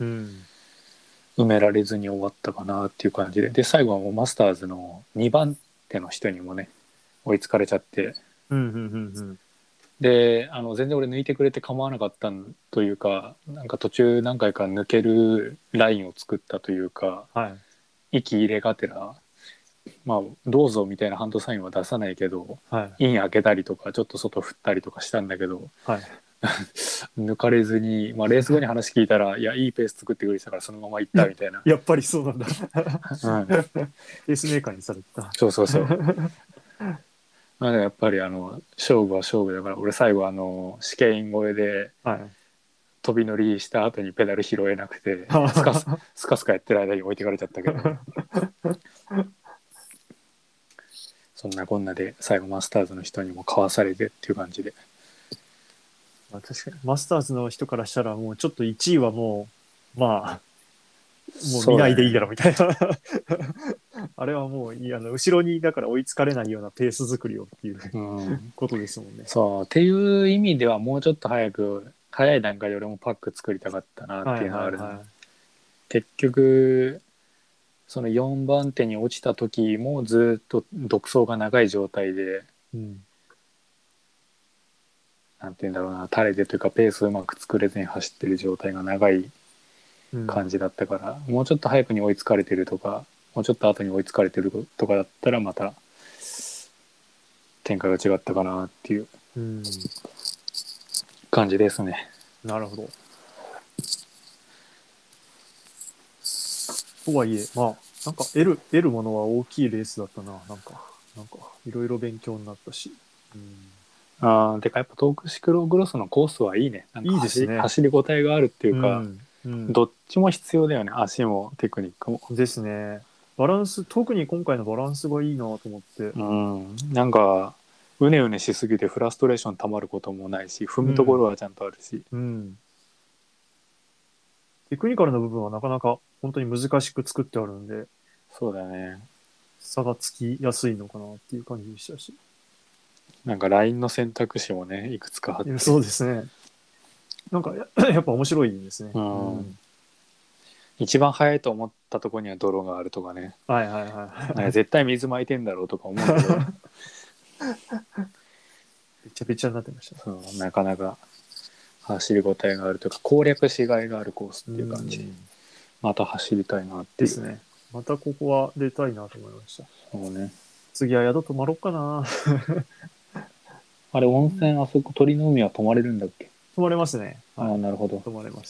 埋められずに終わったかなっていう感じで、で最後はもうマスターズのにばん手の人にもね追いつかれちゃって、
うん。うん。うん。
であの全然俺抜いてくれて構わなかったというか、なんか途中何回か抜けるラインを作ったというか、
はい。
息入れがてらまあどうぞみたいなハンドサインは出さないけど、
はい。
イン開けたりとかちょっと外振ったりとかしたんだけど、
はい。
抜かれずに、まあ、レース後に話聞いたらいやいいペース作ってくれてたからそのまま行ったみたいな、
やっぱりそうなんだ。
うん、
ペースメーカーにされた。
そうそうそう。まあ、やっぱりあの勝負は勝負だから、俺最後あの試験越えで
はい。
飛び乗りした後にペダル拾えなくてスカススカスカやってる間に置いてかれちゃったけど、そんなこんなで最後マスターズの人にもかわされてっていう感じで。
まあ、確かに、マスターズの人からしたら、もうちょっといちいはもう、まあ、もう見ないでいいだろみたいな。あれはもういい、あの、後ろにだから追いつかれないようなペース作りをっていう
うん、
ことですもんね。
そうっていう意味ではもうちょっと早く早い段階で俺もパック作りたかったなっていうのはあるな、
はいはいは
結局そのよんばん手に落ちた時もずっと独走が長い状態で、
い。うん。
なんて言うんだろうな、垂れてというかペースをうまく作れずに走ってる状態が長い
うん、
感じだったから、もうちょっと早くに追いつかれてるとかもうちょっと後に追いつかれてるとかだったらまた展開が違ったかなっていう
うん。
感じですね。
なるほど。とはいえ、まあ、なんか得る、得るものは大きいレースだったな。なんか、なんか、いろいろ勉強になったし。うん、
ああ、てかやっぱトークシクロクロスのコースはいいね。なんか
いいです
走り、
ね。
走りごたえがあるっていうか、
うん、うん。
どっちも必要だよね。足もテクニックも。
ですね。バランス、特に今回のバランスがいいなと思って。
うん。なんか、うねうねしすぎてフラストレーション溜まることもないし、踏むところ
うん、
はちゃんとあるし。
うん。テクニカルな部分はなかなか本当に難しく作ってあるんで、
そうだね。
差がつきやすいのかなっていう感じでしたし。
なんかラインの選択肢もね、いくつかあって。
いやそうですね。なんかや、やっぱ面白いですね。
う
う
ん。
ん。
一番速いと思ったところには泥があるとかね。
はいはい
なんか
はい。
絶対水巻いてんだろうとか思うけど、
べちゃべちゃになってました。
そうなかなか走りごたえがあるというか攻略しがいがあるコース
う
っていう感じで、
ん。
また走りたいなっていう。
ですね。またここは出たいなと思いました。
そうね。
次は宿泊まろうかな。
あれ温泉あそこ鳥の海は泊まれるんだっけ？
泊まれますね。
ああ、
はい。
なるほど。
泊まれます。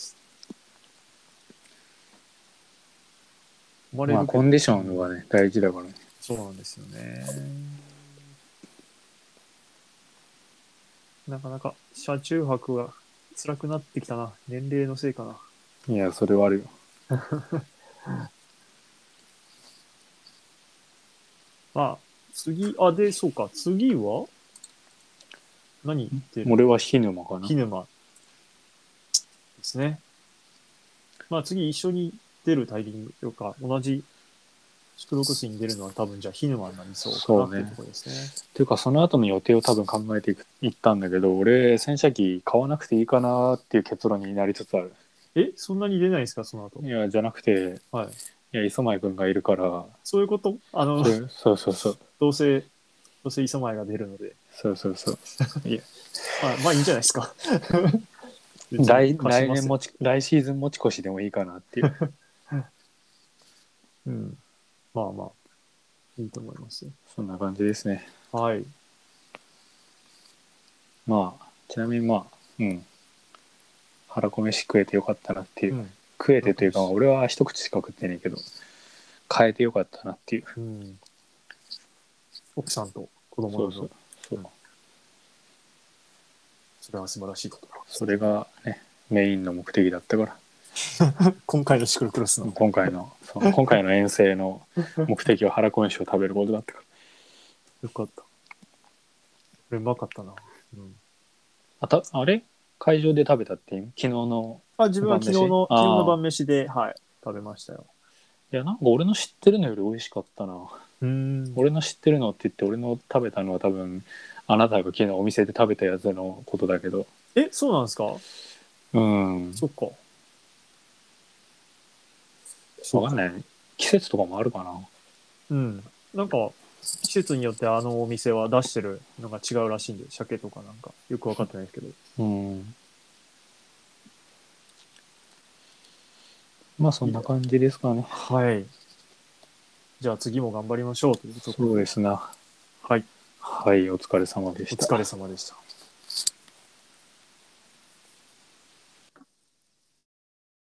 泊まれるけど。
まあコンディションはね、大事だからね。
そうなんですよね。なかなか車中泊が辛くなってきたな。年齢のせいかな。
いや、それはあるよ。
まあ、次、あ、で、そうか。次は何出る？
俺は火沼かな。
涸沼ですね。まあ次一緒に出るタイミングというか、同じシクロクロスに出るのは多分じゃあ涸沼になりそうかなっていうところですね。
っていうかその後の予定を多分考えていくいったんだけど、俺洗車機買わなくていいかなっていう結論になりつつある。
え、そんなに出ないですか、その後。
いや、じゃなくて、
はい。
いや、磯前くんがいるから、
そういうことあの、
それそうそうそう。
どうせ、どうせ磯前が出るので。
そうそうそう。いや、
まあ、まあいいんじゃないですか。
来
貸しますよ。
来年持ち、来シーズン持ち越しでもいいかなっていう。
うん。まあまあ、いいと思いますよ。
そんな感じですね。
はい。
まあ、ちなみにまあ、うん。腹こ飯食えてよかったなっていう。
うん。
食えてというか、俺は一口しか食ってねえけど、変えてよかったなっていう。
うん。奥さんと子供の分。
そうそうそう、
うん、それは素晴らしいことだ。
それがね、メインの目的だったから。
今回のシクロクロスの。
今回の、その今回の遠征の目的は腹こ飯を食べることだったから。
よかった。これうまかったな。うん、
あた、あれ会場で食べたっていう昨日の
あ、自分は昨日の、
晩飯
昨日の晩
あ
飯で、はい、食べましたよ。
いや、なんか俺の知ってるのより美味しかったな。
うん。
俺の知ってるのって言って俺の食べたのは多分あなたが昨日お店で食べたやつのことだけど、
え、そうなんですか？
うん
そっか。
分かんない。季節とかもあるかな。
うん。なんか、季節によってあのお店は出してるのが違うらしいんで、鮭とかなんか、よくわかってないですけど。
うんまあそんな感じですかね。
はい。じゃあ次も頑張りましょうというところで。
そうですな。
はい。
はい、お疲れ様で
お
した。
疲れ様でした。